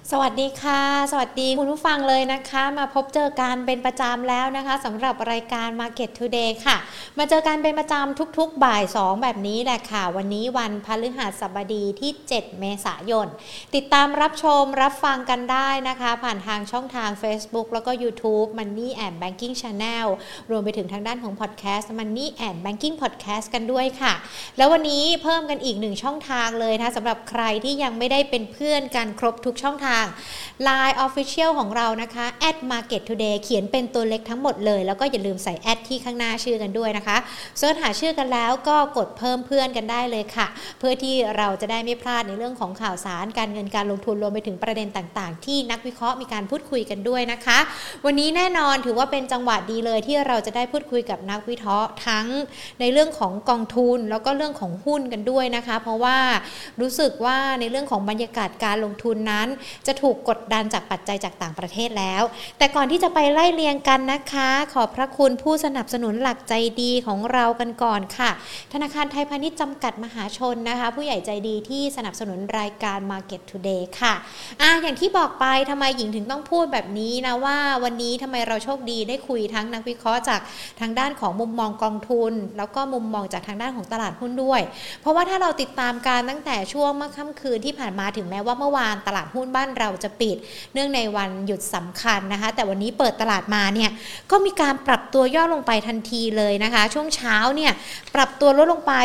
สวัสดีค่ะสวัสดีคุณผู้ฟังเลยนะคะมาพบเจอกันเป็นประจำแล้วนะคะสำหรับรายการ Market Today ค่ะมาเจอกันเป็นประจำทุกๆบ่าย2แบบนี้แหละค่ะวันนี้วันพฤหัสบดีที่7เมษายนติดตามรับชมรับฟังกันได้นะคะผ่านทางช่องทาง Facebook แล้วก็ YouTube Money and Banking Channel รวมไปถึงทางด้านของ Podcast Money and Banking Podcast กันด้วยค่ะแล้ววันนี้เพิ่มกันอีก1ช่องทางเลยนะสำหรับใครที่ยังไม่ได้เป็นเพื่อนกันครบทุกช่องทางLine Official ของเรานะคะ @markettoday เขียนเป็นตัวเล็กทั้งหมดเลยแล้วก็อย่าลืมใส่แอดที่ข้างหน้าชื่อกันด้วยนะคะเสิร์ชหาชื่อกันแล้วก็กดเพิ่มเพื่อนกันได้เลยค่ะเพื่อที่เราจะได้ไม่พลาดในเรื่องของข่าวสารการเงินการลงทุนรวมไปถึงประเด็นต่างๆที่นักวิเคราะห์มีการพูดคุยกันด้วยนะคะวันนี้แน่นอนถือว่าเป็นจังหวะดีเลยที่เราจะได้พูดคุยกับนักวิเคราะห์ทั้งในเรื่องของกองทุนแล้วก็เรื่องของหุ้นกันด้วยนะคะเพราะว่ารู้สึกว่าในเรื่องของบรรยากาศการลงทุนนั้นจะถูกกดดันจากปัจจัยจากต่างประเทศแล้วแต่ก่อนที่จะไปไล่เรียงกันนะคะขอบพระคุณผู้สนับสนุนหลักใจดีของเรากันก่อนค่ะธนาคารไทยพาณิชย์จำกัดมหาชนนะคะผู้ใหญ่ใจดีที่สนับสนุนรายการ Market Today ค่ะอย่างที่บอกไปทำไมหญิงถึงต้องพูดแบบนี้นะว่าวันนี้ทำไมเราโชคดีได้คุยทั้งนักวิเคราะห์จากทางด้านของมุมมองกองทุนแล้วก็มุมมองจากทางด้านของตลาดหุ้นด้วยเพราะว่าถ้าเราติดตามการตั้งแต่ช่วงเมื่อค่ำคืนที่ผ่านมาถึงแม้ว่าเมื่อวานตลาดหุ้นบ้านเราจะปิดเนื่องในวันหยุดสำคัญนะคะแต่วันนี้เปิดตลาดมาเนี่ยก็มีการปรับตัวย่อลงไปทันทีเลยนะคะช่วงเช้าเนี่ยปรับตัวลดลงไป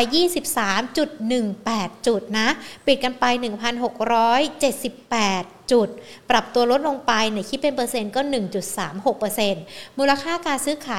23.18 จุดนะปิดกันไป 1,678 จุดปรับตัวลดลงไปเนี่ยคิดเป็นเปอร์เซ็นต์ก็ 1.36% มูลค่าการซื้อขาย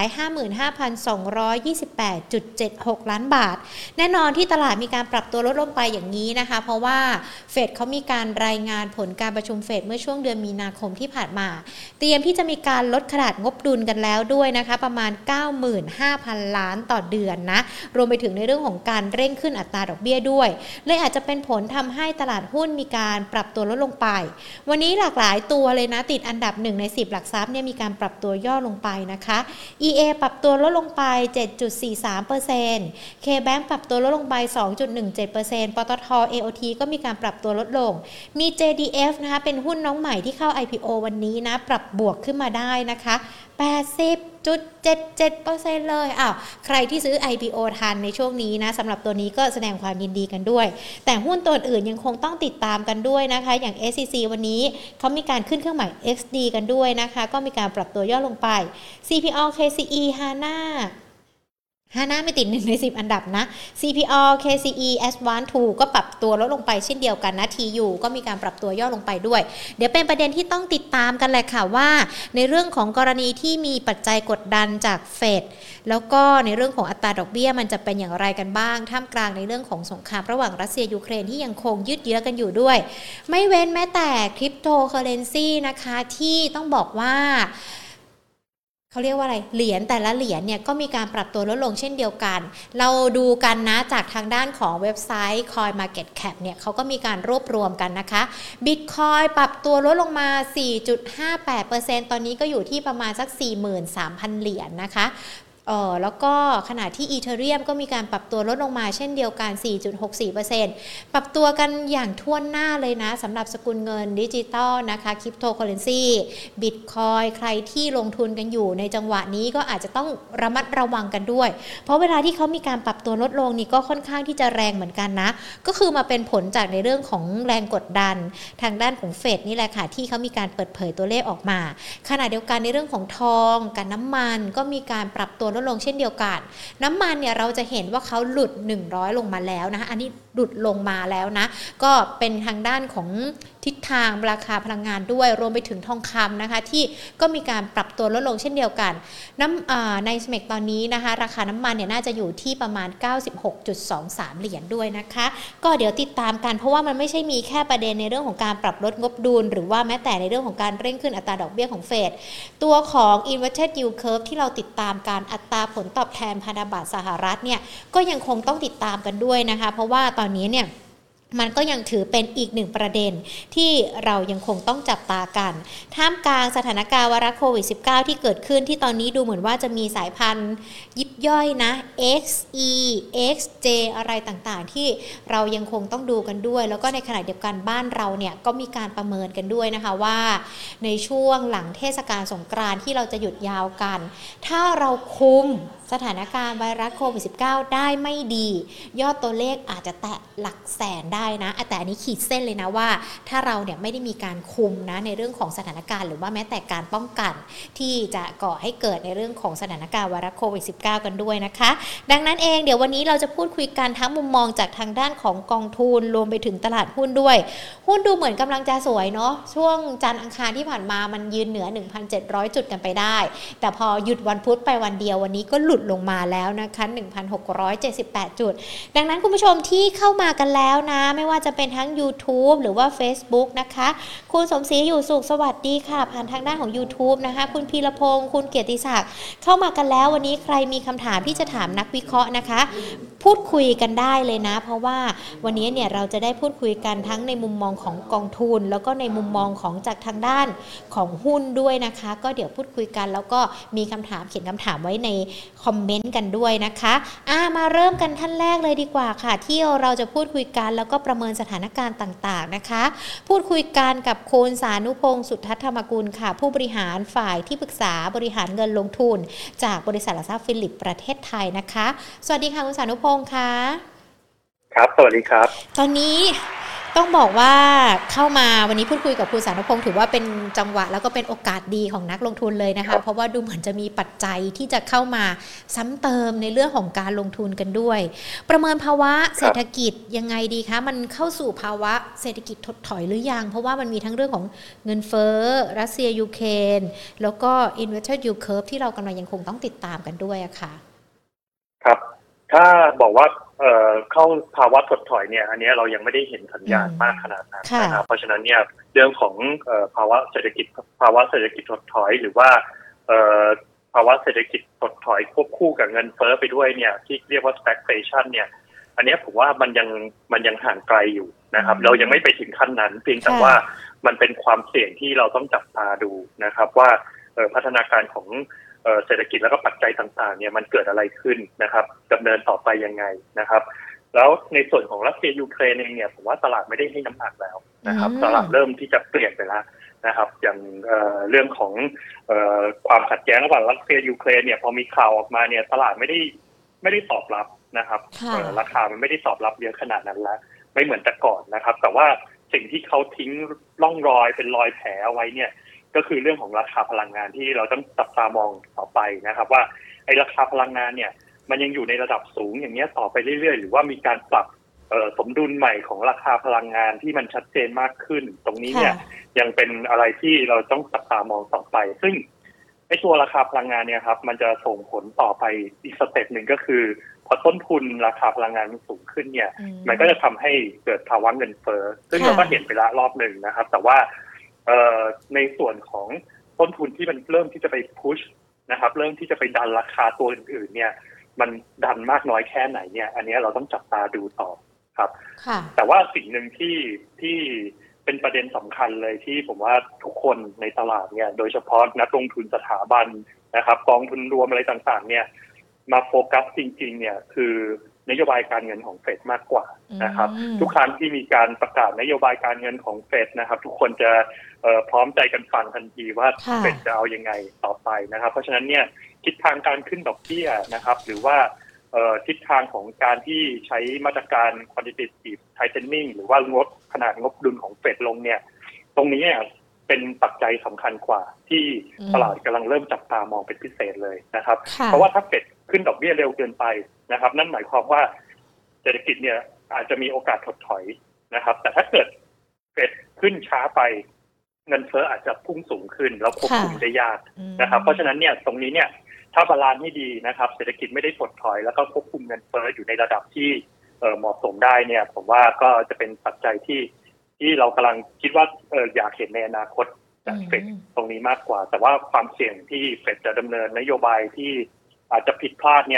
55,228.76 ล้านบาทแน่นอนที่ตลาดมีการปรับตัวลดลงไปอย่างนี้นะคะเพราะว่าเฟดเขามีการรายงานผลการประชุมเฟดเมื่อช่วงเดือนมีนาคมที่ผ่านมาเตรียมที่จะมีการลดขนาดงบดุลกันแล้วด้วยนะคะประมาณ 95,000 ล้านต่อเดือนนะรวมไปถึงในเรื่องของการเร่งขึ้นอัตราดอกเบี้ยด้วยเลยอาจจะเป็นผลทำให้ตลาดหุ้นมีการปรับตัวลดลงไปวันนี้หลากหลายตัวเลยนะติดอันดับ1ใน10หลักทรัพย์เนี่ยมีการปรับตัวย่อลงไปนะคะ EA ปรับตัวลดลงไป 7.43% KBank ปรับตัวลดลงไป 2.17% ปตท AOT ก็มีการปรับตัวลดลงมี JDF นะคะเป็นหุ้นน้องใหม่ที่เข้า IPO วันนี้นะปรับบวกขึ้นมาได้นะคะ80.77% เลยใครที่ซื้อ IPO ทันในช่วงนี้นะสำหรับตัวนี้ก็แสดงความยินดีกันด้วยแต่หุ้นตัวอื่นยังคงต้องติดตามกันด้วยนะคะอย่าง SCC วันนี้เขามีการขึ้นเครื่องหมาย XD กันด้วยนะคะก็มีการปรับตัวย่อลงไป CPO KCE HANAไม่ติด1ใน10อันดับนะ CPO KCE S1 2ก็ปรับตัวลดลงไปเช่นเดียวกันนะ TU ก็มีการปรับตัวย่อลงไปด้วยเดี๋ยวเป็นประเด็นที่ต้องติดตามกันแหละค่ะว่าในเรื่องของกรณีที่มีปัจจัยกดดันจากเฟดแล้วก็ในเรื่องของอัตราดอกเบี้ยมันจะเป็นอย่างไรกันบ้างท่ามกลางในเรื่องของสงครามระหว่างรัสเซียยูเครนที่ยังคงยืดเยื้อกันอยู่ด้วยไม่เว้นแม้แต่คริปโตเคอเรนซีนะคะที่ต้องบอกว่าเขาเรียกว่าอะไรเหรียญแต่ละเหรียญเนี่ยก็มีการปรับตัวลดลงเช่นเดียวกันเราดูกันนะจากทางด้านของเว็บไซต์ CoinMarketCap เนี่ยเขาก็มีการรวบรวมกันนะคะ Bitcoin ปรับตัวลดลงมา 4.58% ตอนนี้ก็อยู่ที่ประมาณสัก 43,000 เหรียญนะคะแล้วก็ขณะที่ Ethereum ก็มีการปรับตัวลดลงมาเช่นเดียวกัน 4.64% ปรับตัวกันอย่างท่วนหน้าเลยนะสำหรับสกุลเงินดิจิตอลนะคะคริปโตเคอเรนซี Bitcoin ใครที่ลงทุนกันอยู่ในจังหวะนี้ก็อาจจะต้องระมัดระวังกันด้วยเพราะเวลาที่เขามีการปรับตัวลดลงนี่ก็ค่อนข้างที่จะแรงเหมือนกันนะก็คือมาเป็นผลจากในเรื่องของแรงกดดันทางด้านของเฟดนี่แหละค่ะที่เขามีการเปิดเผยตัวเลขออกมาขณะเดียวกันในเรื่องของทองกับน้ำมันก็มีการปรับตัวลดลงเช่นเดียวกันน้ำมันเนี่ยเราจะเห็นว่าเขาหลุด100ลงมาแล้วนะคะอันนี้หลุดลงมาแล้วนะก็เป็นทางด้านของทิศทางราคาพลังงานด้วยรวมไปถึงทองคำนะคะที่ก็มีการปรับตัวลดลงเช่นเดียวกันในสเมกตอนนี้นะคะราคาน้ำมันเนี่ยน่าจะอยู่ที่ประมาณ 96.23 เหรียญด้วยนะคะก็เดี๋ยวติดตามกันเพราะว่ามันไม่ใช่มีแค่ประเด็นในเรื่องของการปรับลดงบดุลหรือว่าแม้แต่ในเรื่องของการเร่งขึ้นอัตราดอกเบี้ยของเฟดตัวของ Inverted Yield Curve ที่เราติดตามการอัตราผลตอบแทนพันธบัตรสหรัฐเนี่ยก็ยังคงต้องติดตามกันด้วยนะคะเพราะว่าตอนนี้เนี่ยมันก็ยังถือเป็นอีกหนึ่งประเด็นที่เรายังคงต้องจับตากันท่ามกลางสถานการณ์ไวรัสโควิด -19 ที่เกิดขึ้นที่ตอนนี้ดูเหมือนว่าจะมีสายพันธุ์ยิบย่อยนะ XE XJ อะไรต่างๆที่เรายังคงต้องดูกันด้วยแล้วก็ในขณะเดียวกันบ้านเราเนี่ยก็มีการประเมินกันด้วยนะคะว่าในช่วงหลังเทศกาลสงกรานต์ที่เราจะหยุดยาวกันถ้าเราคุมสถานการณ์ไวรัสโควิด -19 ได้ไม่ดียอดตัวเลขอาจจะแตะหลักแสนได้นะแต่อันนี้ขีดเส้นเลยนะว่าถ้าเราเนี่ยไม่ได้มีการคุมนะในเรื่องของสถานการณ์หรือว่าแม้แต่การป้องกันที่จะก่อให้เกิดในเรื่องของสถานการณ์ไวรัสโควิด -19 กันด้วยนะคะดังนั้นเองเดี๋ยววันนี้เราจะพูดคุยกันทั้งมุมมองจากทางด้านของกองทุนรวมไปถึงตลาดหุ้นด้วยหุ้นดูเหมือนกำลังจะสวยเนาะช่วงจันทร์อังคารที่ผ่านมามันยืนเหนือ 1,700 จุดกันไปได้แต่พอหยุดวันพุธไปวันเดียววันนี้ก็หลุดลงมาแล้วนะคะ 1,678 จุดดังนั้นคุณผู้ชมที่เข้ามากันแล้วนะไม่ว่าจะเป็นทั้ง YouTube หรือว่า Facebook นะคะคุณสมศรีอยู่สุขสวัสดีค่ะผ่านทางด้านของ YouTube นะคะคุณพีรพงศ์คุณเกียรติศักดิ์เข้ามากันแล้ววันนี้ใครมีคำถามที่จะถามนักวิเคราะห์นะคะพูดคุยกันได้เลยนะเพราะว่าวันนี้เนี่ยเราจะได้พูดคุยกันทั้งในมุมมองของกองทุนแล้วก็ในมุมมองของจากทางด้านของหุ้นด้วยนะคะก็เดี๋ยวพูดคุยกันแล้วก็มีคำถามเขียนคำถามไว้ในคอมเมนต์กันด้วยนะคะมาเริ่มกันท่านแรกเลยดีกว่าค่ะที่เราจะพูดคุยกันแล้วก็ประเมินสถานการณ์ต่างๆนะคะพูดคุยกันกับคุณสานุพงศ์สุทธัธรรมกุลค่ะผู้บริหารฝ่ายที่ปรึกษาบริหารเงินลงทุนจากบริษัทหลักทรัพย์ฟิลิปประเทศไทยนะคะสวัสดีค่ะคุณสานุพงศ์ค่ะครับสวัสดีครับตอนนี้ต้องบอกว่าเข้ามาวันนี้พูดคุยกับคุณสานุพงศ์ถือว่าเป็นจังหวะแล้วก็เป็นโอกาสดีของนักลงทุนเลยนะคะเพราะว่าดูเหมือนจะมีปัจจัยที่จะเข้ามาซ้ำเติมในเรื่องของการลงทุนกันด้วยประเมินภาวะเศรษฐกิจยังไงดีคะมันเข้าสู่ภาวะเศรษฐกิจถดถอยหรือยังเพราะว่ามันมีทั้งเรื่องของเงินเฟ้อรัสเซียยูเครนแล้วก็ inverted yield curve ที่เรากำลังยังคงต้องติดตามกันด้วยอะค่ะครับถ้าบอกว่าเข้าภาวะถดถอยเนี่ยอันนี้เรายังไม่ได้เห็นสัญญาณมากขนาดนั้นนะครับเพราะฉะนั้นเนี่ยเรื่องของภาวะเศรษฐกิจถดถอยหรือว่าภาวะเศรษฐกิจถดถอยควบคู่กับเงินเฟ้อไปด้วยเนี่ยที่เรียกว่า stagflation เนี่ยอันนี้ผมว่ามันยังห่างไกลอยู่นะครับเรายังไม่ไปถึงขั้นนั้นเพียงแต่ว่ามันเป็นความเสี่ยงที่เราต้องจับตาดูนะครับว่าพัฒนาการของเศรษฐกิจแล้วก็ปัจจัยต่างๆเนี่ยมันเกิดอะไรขึ้นนะครับดำเนินต่อไปยังไงนะครับแล้วในส่วนของรัสเซียยูเครนเองเนี่ยผมว่าตลาดไม่ได้ให้น้ำหนักแล้วนะครับตลาดเริ่มที่จะเปลี่ยนไปแล้วนะครับอย่างเรื่องของความขัดแย้งระหว่างรัสเซียยูเครนเนี่ยพอมีข่าวออกมาเนี่ยตลาดไม่ได้ตอบรับนะครับราคามันไม่ได้ตอบรับเยอะขนาดนั้นแล้วไม่เหมือนแต่ก่อนนะครับแต่ว่าสิ่งที่เขาทิ้งร่องรอยเป็นรอยแผลเอาไว้เนี่ยก็คือเรื่องของราคาพลังงานที่เราต้องจับตามองต่อไปนะครับว่าไอ้ราคาพลังงานเนี่ยมันยังอยู่ในระดับสูงอย่างนี้ต่อไปเรื่อยๆหรือว่ามีการปรับสมดุลใหม่ของราคาพลังงานที่มันชัดเจนมากขึ้นตรงนี้เนี่ยยังเป็นอะไรที่เราต้องจับตามองต่อไปซึ่งไอ้ตัวราคาพลังงานเนี่ยครับมันจะส่งผลต่อไปอีกสเต็ปหนึ่งก็คือพอต้นทุนราคาพลังงานมันสูงขึ้นเนี่ยมันก็จะทำให้เกิดภาวะเงินเฟ้อซึ่งเราก็เห็นไปแล้วรอบหนึ่งนะครับแต่ว่าในส่วนของต้นทุนที่มันเริ่มที่จะไปพุชนะครับเริ่มที่จะไปดันราคาตัวอื่นๆเนี่ยมันดันมากน้อยแค่ไหนเนี่ยอันนี้เราต้องจับตาดูต่อครับแต่ว่าสิ่งหนึ่งที่เป็นประเด็นสำคัญเลยที่ผมว่าทุกคนในตลาดเนี่ยโดยเฉพาะนักลงทุนสถาบันนะครับกองทุนรวมอะไรต่างๆเนี่ยมาโฟกัสจริงๆเนี่ยคือนโยบายการเงินของเฟดมากกว่านะครับทุกครั้งที่มีการประกาศนโยบายการเงินของเฟดนะครับทุกคนจะพร้อมใจกันฟังทันทีว่าเฟดจะเอายังไงต่อไปนะครับเพราะฉะนั้นเนี่ยทิศทางการขึ้นดอกเบี้ยนะครับหรือว่าทิศทางของการที่ใช้มาตรการ quantitative tightening หรือว่างบขนาดงบดุลของเฟดลงเนี่ยตรงนี้เป็นปัจจัยสำคัญกว่าที่ตลาดกำลังเริ่มจับตามองเป็นพิเศษเลยนะครับเพราะว่าถ้าเฟดขึ้นดอกเบี้ยเร็วเกินไปนะครับนั่นหมายความว่าเศรษฐกิจเนี่ยอาจจะมีโอกาสถดถอยนะครับแต่ถ้าเกิดเฟดขึ้นช้าไปเงินเฟ้ออาจจะพุ่งสูงขึ้นแล้วควบคุมได้ยากนะครับเพราะฉะนั้นเนี่ยตรงนี้เนี่ยถ้าบาลานซ์ให้ดีนะครับเศรษฐกิจไม่ได้ถดถอยแล้วก็ควบคุมเงินเฟ้ออยู่ในระดับที่เหมาะสมได้เนี่ยผมว่าก็จะเป็นปัจจัยที่เรากำลังคิดว่าอยากเห็นในอนาคตจากเฟดตรงนี้มากกว่าแต่ว่าความเสี่ยงที่เฟดจะดำเนินนโยบายที่อาจจะผิดพลาดเนี่ย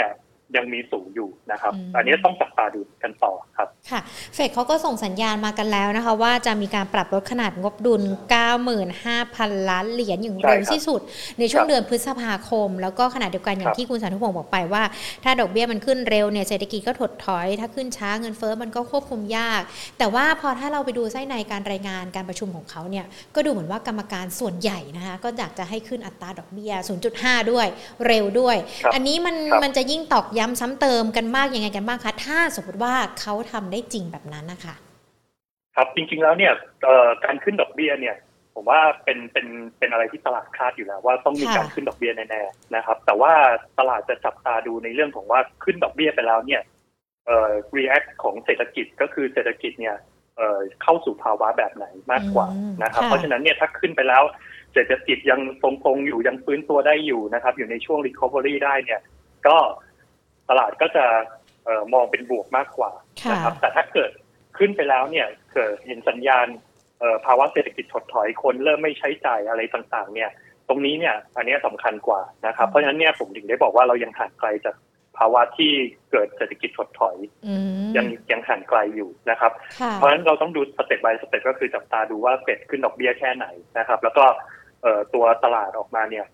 ยังมีสูงอยู่นะครับอันนี้ต้องจับตาดูกันต่อครับค่ะเฟดเขาก็ส่งสัญญาณมากันแล้วนะคะว่าจะมีการปรับลดขนาดงบดุล 95,000 ล้านเหรียญอย่างเร็วที่สุดในช่วงเดือนพฤษภาคมแล้วก็ขณะเดียวกันอย่างที่คุณสานุพงศ์บอกไปว่าถ้าดอกเบี้ยมันขึ้นเร็วเนี่ยเศรษฐกิจก็ถดถอยถ้าขึ้นช้าเงินเฟ้อมันก็ควบคุมยากแต่ว่าพอถ้าเราไปดูไส้ในการรายงานการประชุมของเขาเนี่ยก็ดูเหมือนว่ากรรมการส่วนใหญ่นะคะก็อยากจะให้ขึ้นอัตราดอกเบี้ย 0.5 ด้วยเร็วด้วยอันนี้มันจะยิ่งตอกย้ำซ้ำเติมกันมากยังไงกันบ้างคะถ้าสมมติว่าเขาทำได้จริงแบบนั้นนะคะครับจริงๆแล้วเนี่ยการขึ้นดอกเบี้ยเนี่ยผมว่าเป็นอะไรที่ตลาดคาดอยู่แล้วว่าต้องมีการขึ้นดอกเบี้ยแน่ๆนะครับแต่ว่าตลาดจะจับตาดูในเรื่องของว่าขึ้นดอกเบี้ยไปแล้วเนี่ยreact ของเศรษฐกิจก็คือเศรษฐกิจเนี่ยเข้าสู่ภาวะแบบไหนมากกว่านะครับเพราะฉะนั้นเนี่ยถ้าขึ้นไปแล้วเศรษฐกิจยังทรงๆอยู่ยังฟื้นตัวได้อยู่นะครับอยู่ในช่วง recovery ได้เนี่ยก็ตลาดก็จะมองเป็นบวกมากกว่านะครับแต่ถ้าเกิดขึ้นไปแล้วเนี่ยเกิดเห็นสัญญาณภาวะเศรษฐกิจถดถอยคนเริ่มไม่ใช้จ่ายอะไรต่างๆเนี่ยตรงนี้เนี่ยอันนี้สำคัญกว่านะครับเพราะฉะนั้นเนี่ยผมถึงได้บอกว่าเรายังห่างไกลจากภาวะที่เกิดเศรษฐกิจถดถอยยังห่างไกลอยู่นะครับเพราะฉะนั้นเราต้องดูสเต็ป by สเต็ปก็คือจับตาดูว่าเฟดขึ้นดอกเบี้ยแค่ไหนนะครับแล้วก็ตัวตลาดออกมาเนี่ย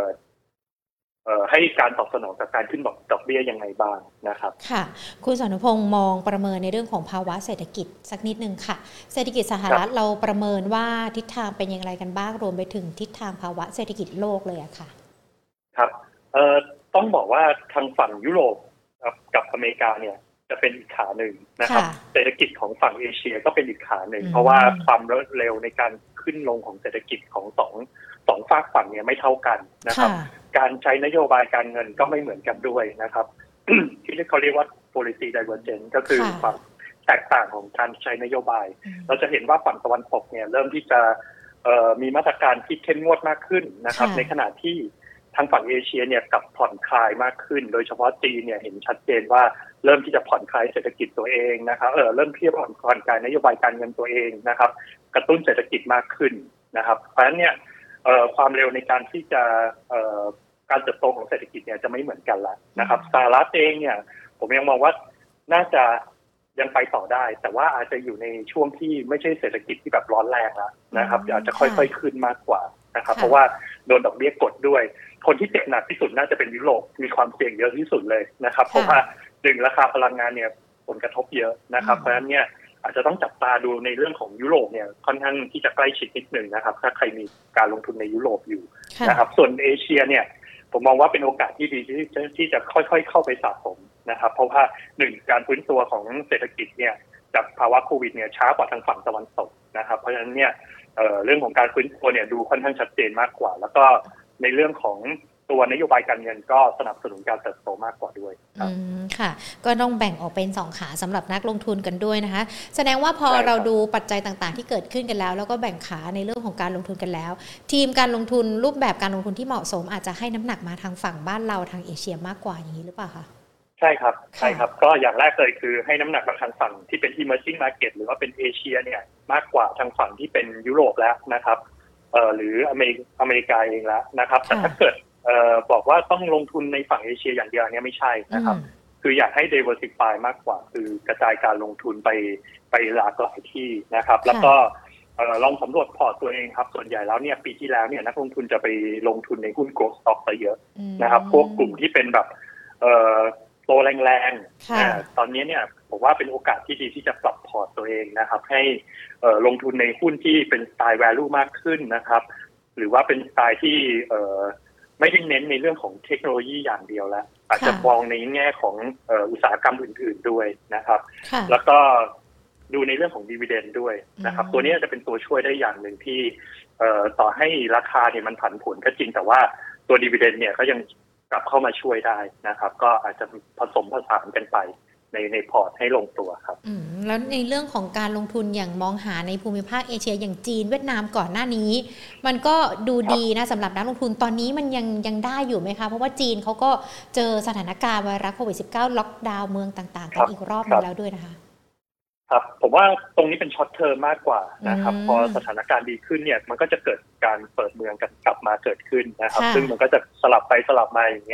ให้การตอบสนองกับการขึ้นดอกเบี้ยยังไงบ้างนะครับค่ะคุณสานุพงศ์มองประเมินในเรื่องของภาวะเศรษฐกิจสักนิดนึงค่ะเศรษฐกิจสหรัฐเราประเมินว่าทิศทางเป็นอย่างไรกันบ้างรวมไปถึงทิศทางภาวะเศรษฐกิจโลกเลยอะค่ะครับต้องบอกว่าทางฝั่งยุโรปกับอเมริกาเนี่ยจะเป็นอีกขาหนึ่งนะครับเศรษฐกิจของฝั่งเอเชียก็เป็นอีกขาหนึ่งเพราะว่าความรวดเร็วในการขึ้นลงของเศรษฐกิจของสองฝากฝั่งเนี่ยไม่เท่ากันนะครับการใช้นโยบายการเงินก็ไม่เหมือนกันด้วยนะครับ ที่เขาเรียกว่า policy divergence ก็คือความแตกต่างของการใช้นโยบายเราจะเห็นว่าฝั่งตะวันตกเนี่ยเริ่มที่จะมีมาตรการที่เข้มงวดมากขึ้นนะครับในขณะที่ทางฝั่งเอเชียเนี่ยกลับผ่อนคลายมากขึ้นโดยเฉพาะจีนเนี่ยเห็นชัดเจนว่าเริ่มที่จะผ่อนคลายเศรษฐกิจตัวเองนะครับเริ่มที่จะผ่อนคลายนโยบายการเงินตัวเองนะครับกระตุ้นเศรษฐกิจมากขึ้นนะครับเพราะฉะนั้นเนี่ยความเร็วในการที่จะการเติบโตของเศรษฐกิจเนี่ยจะไม่เหมือนกันละนะครับสหรัฐเองเนี่ยผมยังมองว่าน่าจะยังไปต่อได้แต่ว่าอาจจะอยู่ในช่วงที่ไม่ใช่เศรษฐกิจที่แบบร้อนแรงแล้วนะครับอาจจะค่อยๆขึ้นมากกว่านะครับเพราะว่าโดนดอกเบี้ยกดด้วยคนที่เจ็บหนักที่สุดน่าจะเป็นยุโรปมีความเสี่ยงเยอะที่สุดเลยนะครับเพราะว่าราคาพลังงานเนี่ยผลกระทบเยอะนะครับเพราะฉะนั้นเนี่ยอาจจะต้องจับตาดูในเรื่องของยุโรปเนี่ยค่อนข้างที่จะใกล้ชิดนิดหนึ่งนะครับถ้าใครมีการลงทุนในยุโรปอยู่นะครับส่วนเอเชียเนี่ยผมมองว่าเป็นโอกาสที่ดีที่จะค่อยๆเข้าไปสะสมนะครับเพราะว่า1การฟื้นตัวของเศรษฐกิจเนี่ยจากภาวะโควิดเนี่ยช้ากว่าทางฝั่งตะวันตกนะครับเพราะฉะนั้นเนี่ยเรื่องของการฟื้นตัวเนี่ยดูค่อนข้างชัดเจนมากกว่าแล้วก็ในเรื่องของตัวนโยบายการเงินก็สนับสนุนการเติบโตมากกว่าด้วยค่ะก็ต้องแบ่งออกเป็น2ขาสำหรับนักลงทุนกันด้วยนะคะแสดงว่าพอเราดูปัจจัยต่างๆที่เกิดขึ้นกันแล้วแล้วก็แบ่งขาในเรื่องของการลงทุนกันแล้วทีมการลงทุนรูปแบบการลงทุนที่เหมาะสมอาจจะให้น้ำหนักมาทางฝั่งบ้านเราทางเอเชียมากกว่าอย่างนี้หรือเปล่าคะใช่ครับก็อย่างแรกเลยคือให้น้ำหนักมาทางฝั่งที่เป็น emerging market หรือว่าเป็นเอเชียเนี่ยมากกว่าทางฝั่งที่เป็นยุโรปแล้วนะครับหรืออเมริกาเองแล้วนะครับแต่ถ้าเกิดบอกว่าต้องลงทุนในฝั่งเอเชียอย่างเดียวเนี่ยไม่ใช่นะครับคืออยากให้ diversify มากกว่าคือกระจายการลงทุนไปหลากหลายที่นะครับแล้วก็ลองสำรวจพอร์ตตัวเองครับส่วนใหญ่แล้วเนี่ยปีที่แล้วเนี่ยนักลงทุนจะไปลงทุนในหุ้น growth stock ไปเยอะนะครับพวกกลุ่มที่เป็นแบบโตแรงๆตอนนี้เนี่ยผมว่าเป็นโอกาสที่ดีที่จะปรับพอร์ตตัวเองนะครับให้ลงทุนในหุ้นที่เป็นสไตล์ value มากขึ้นนะครับหรือว่าเป็นสไตล์ที่ไม่ได้เน้นในเรื่องของเทคโนโลยีอย่างเดียวแล้วอาจจะมองในแง่ของอุตสาหกรรมอื่นๆด้วยนะครับแล้วก็ดูในเรื่องของดิวิเดนด์ด้วยนะครับตัวนี้จะเป็นตัวช่วยได้อย่างหนึ่งที่ต่อให้ราคาเนี่ยมันผันผวนก็จริงแต่ว่าตัวดิวิเดนด์เนี่ยก็ยังกลับเข้ามาช่วยได้นะครับก็อาจจะผสมผสานกันไปในพอร์ตให้ลงตัวครับแล้วในเรื่องของการลงทุนอย่างมองหาในภูมิภาคเอเชียอย่างจีนเวียดนามก่อนหน้านี้มันก็ดูดีนะสำหรับนักลงทุนตอนนี้มันยังได้อยู่ไหมคะเพราะว่าจีนเขาก็เจอสถานการณ์ไวรัสโควิด -19 ล็อกดาวน์เมืองต่างๆกันอีกรอบนึงแล้วด้วยนะคะครับผมว่าตรงนี้เป็นช็อตเทอมมากกว่านะครับพอสถานการณ์ดีขึ้นเนี่ยมันก็จะเกิดการเปิดเมืองกันกลับมาเกิดขึ้นนะครับซึ่งมันก็จะสลับไปสลับมาอย่างเงี้ย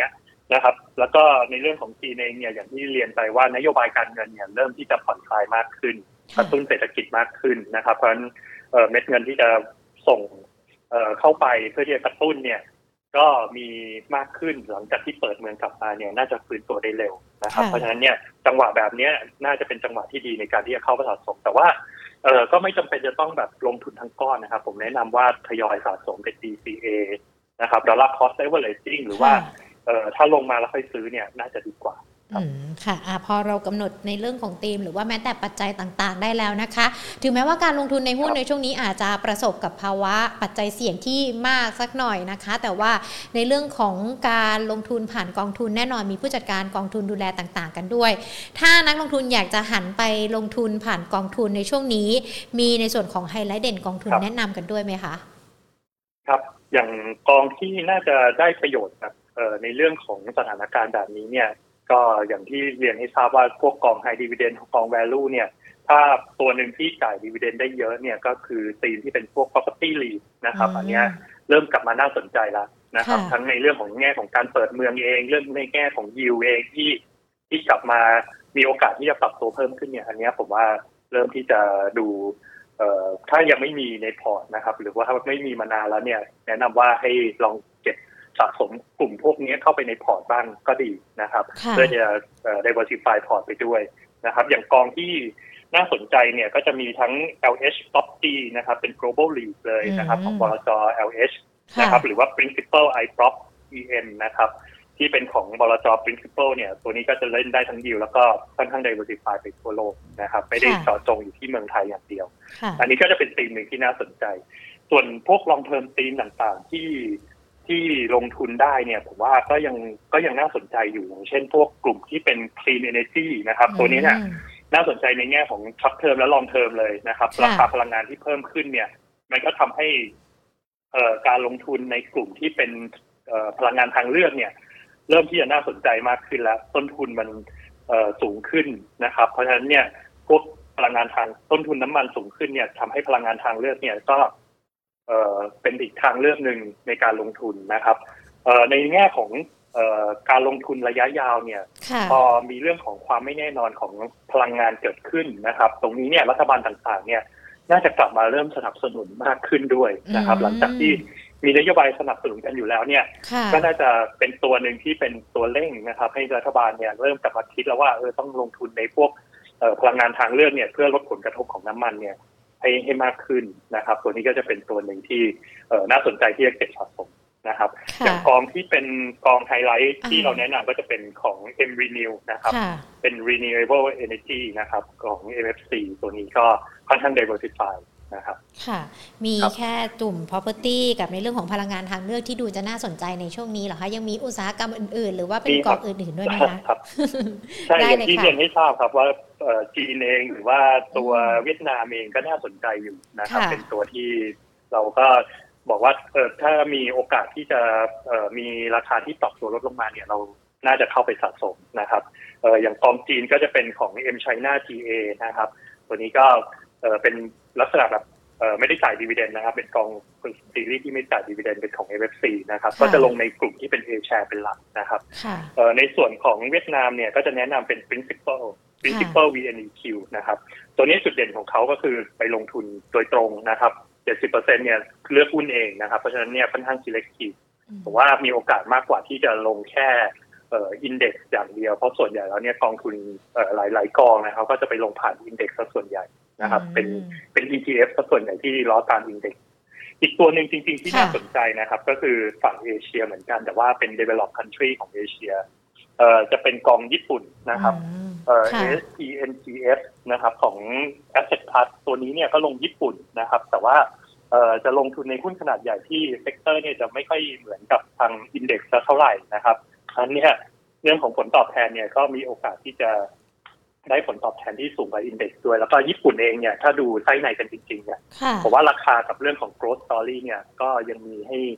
นะครับแล้วก็ในเรื่องของจีนเองเนี่ยอย่างที่เรียนไปว่านโยบายการเงินเนี่ยเริ่มที่จะผ่อนคลายมากขึ้นกระตุ้นเศรษฐกิจมากขึ้นนะครับเพราะฉะนั้นเม็ดเงินที่จะส่งเข้าไปเพื่อที่จะกระตุ้นเนี่ยก็มีมากขึ้นหลังจากที่เปิดเมืองกลับมาเนี่ยน่าจะฟื้นตัวได้เร็วนะครับเพราะฉะนั้นเนี่ยจังหวะแบบนี้น่าจะเป็นจังหวะที่ดีในการที่จะเข้าสะสมแต่ว่าก็ไม่จำเป็นจะต้องแบบลงทุนทั้งก้อนนะครับผมแนะนำว่าทยอยสะสมเป็น DCA นะครับดอลลาร์คอสต์เอเวอเรจจิ้งหรือว่าถ้าลงมาแล้วค่อยซื้อเนี่ยน่าจะดีกว่าค่ะพอเรากำหนดในเรื่องของธีมหรือว่าแม้แต่ปัจจัยต่างๆได้แล้วนะคะถึงแม้ว่าการลงทุนในหุ้นในช่วงนี้อาจจะประสบกับภาวะปัจจัยเสี่ยงที่มากสักหน่อยนะคะแต่ว่าในเรื่องของการลงทุนผ่านกองทุนแน่นอนมีผู้จัดการกองทุนดูแลต่างๆกันด้วยถ้านักลงทุนอยากจะหันไปลงทุนผ่านกองทุนในช่วงนี้มีในส่วนของไฮไลท์เด่นกองทุนแนะนำกันด้วยไหมคะครับอย่างกองที่น่าจะได้ประโยชน์แบบในเรื่องของสถานการณ์แบบนี้เนี่ยก็อย่างที่เรียนให้ทราบว่าพวกกอง High Dividend กอง Value เนี่ยถ้าตัวหนึ่งที่จ่าย Dividend ได้เยอะเนี่ยก็คือธีมที่เป็นพวก Property REIT นะครับอันนี้เริ่มกลับมาน่าสนใจแล้วนะครับทั้งในเรื่องของแง่ของการเปิดเมืองเองเรื่องในแง่ของ Yield เองที่กลับมามีโอกาสที่จะปรับตัวเพิ่มขึ้นเนี่ยอันนี้ผมว่าเริ่มที่จะดูถ้ายังไม่มีในพอร์ตนะครับหรือว่าถ้าไม่มีมานานแล้วเนี่ยแนะนำว่าให้ลองเก็บสะสมกลุ่มพวกนี้เข้าไปในพอร์ตบ้างก็ดีนะครับเพื่อจะdiversify พอร์ตไปด้วยนะครับอย่างกองที่น่าสนใจเนี่ยก็จะมีทั้ง LH Property นะครับเป็น global REIT เลยนะครับของบลจ. LH นะครับหรือว่า Principal iProp EM นะครับที่เป็นของบลจ. Principal เนี่ยตัวนี้ก็จะเล่นได้ทั้งยิวแล้วก็ค่อนข้าง diversify ไปทั่วโลกนะครับไม่ได้เจาะจงอยู่ที่เมืองไทยอย่างเดียวอันนี้ก็จะเป็นธีมหนึ่งที่น่าสนใจส่วนพวก long term ธีมต่างๆที่ลงทุนได้เนี่ยผมว่าก็ยังน่าสนใจอยู่อย่างเช่นพวกกลุ่มที่เป็น clean energy นะครับตัวนี้เนี่ยน่าสนใจในแง่ของ short term และ long term เลยนะครับราคาพลังงานที่เพิ่มขึ้นเนี่ยมันก็ทำให้การลงทุนในกลุ่มที่เป็นพลังงานทางเลือกเนี่ยเริ่มที่จะน่าสนใจมากขึ้นแล้วต้นทุนมันสูงขึ้นนะครับเพราะฉะนั้นเนี่ยพวกพลังงานทางต้นทุนน้ำมันสูงขึ้นเนี่ยทำให้พลังงานทางเลือกเนี่ยก็เป็นอีกทางเลือกหนึ่งในการลงทุนนะครับในแง่ของการลงทุนระยะยาวเนี่ยพอมีเรื่องของความไม่แน่นอนของพลังงานเกิดขึ้นนะครับตรงนี้เนี่ยรัฐบาลต่างๆเนี่ยน่าจะกลับมาเริ่มสนับสนุนมากขึ้นด้วยนะครับหลังจากที่มีนโยบายสนับสนุนกันอยู่แล้วเนี่ยก็น่าจะเป็นตัวหนึ่งที่เป็นตัวเร่งนะครับให้รัฐบาลเนี่ยเริ่มกลับมาคิดแล้วว่าต้องลงทุนในพวกพลังงานทางเลือกเนี่ยเพื่อลดผลกระทบของน้ำมันเนี่ยให้มากขึ้นนะครับตัวนี้ก็จะเป็นตัวหนึ่งที่น่าสนใจที่จะเก็บสะสมนะครับอย่างกองที่เป็นกองไฮไลท์ที่เราแนะนำก็จะเป็นของ M-Renew นะครับเป็น Renewable Energy นะครับของ MFC ตัวนี้ก็ค่อนข้าง diversify นะครับค่ะมีแค่กลุ่ม property กับในเรื่องของพลังงานทางเลือกที่ดูจะน่าสนใจในช่วงนี้เหรอคะยังมีอุตสาหกรรมอื่นๆหรือว่าเป็นกองอื่นๆด้วยไหมคะครับใช่อย่างที่เรียนให้ทราบครับว่าจีนเองหรือว่าตัวเวียดนามเองก็น่าสนใจอยู่นะครับเป็นตัวที่เราก็บอกว่าถ้ามีโอกาสที่จะมีราคาที่ปรับตัวลดลงมาเนี่ยเราน่าจะเข้าไปสะสมนะครับอย่างกองจีนก็จะเป็นของ M China GA นะครับตัวนี้ก็เป็นลักษณะแบบไม่ได้จ่ายดีเวเดนด์นะครับเป็นกองซีรีส์ที่ไม่จ่ายดีเวเดนด์เป็นของ MFC นะครับก็จะลงในกลุ่มที่เป็น A share เป็นหลักนะครับในส่วนของเวียดนามเนี่ยก็จะแนะนำเป็น Principal VNEQ นะครับตัวนี้จุดเด่นของเขาก็คือไปลงทุนโดยตรงนะครับ 70% เนี่ยเลือกหุ้นเองนะครับเพราะฉะนั้นเนี่ยค่อนข้าง selective ผมว่ามีโอกาสมากกว่าที่จะลงแค่อินเด็กซ์อย่างเดียวเพราะส่วนใหญ่แล้วเนี่ยกองทุนหลายๆกองนะครับก็จะไปลงผ่านอินเด็กซ์ซะส่วนใหญ่นะครับเป็น ETF ซะส่วนใหญ่ที่ล้อตามอินเด็กซ์อีกตัวหนึ่งจริงๆที่น่าสนใจนะครับก็คือฝั่งเอเชียเหมือนกันแต่ว่าเป็น develop country ของเอเชียจะเป็นกองญี่ปุ่นนะครับSPNGF นะครับของ Asset Plus ตัวนี้เนี่ยก็ลงญี่ปุ่นนะครับแต่ว่าจะลงทุนในหุ้นขนาดใหญ่ที่เซกเตอร์เนี่ยจะไม่ค่อยเหมือนกับทางอินเด็กซ์เท่าไหร่นะครับอันนี้เรื่องของผลตอบแทนเนี่ยก็มีโอกาสที่จะได้ผลตอบแทนที่สูงกว่าอินเด็กซ์ด้วยแล้วก็ญี่ปุ่นเองเนี่ยถ้าดูไส้ในกันจริงๆเนี่ยผมว่าราคากับเรื่องของ growth story เนี่ยก็ยังมีใ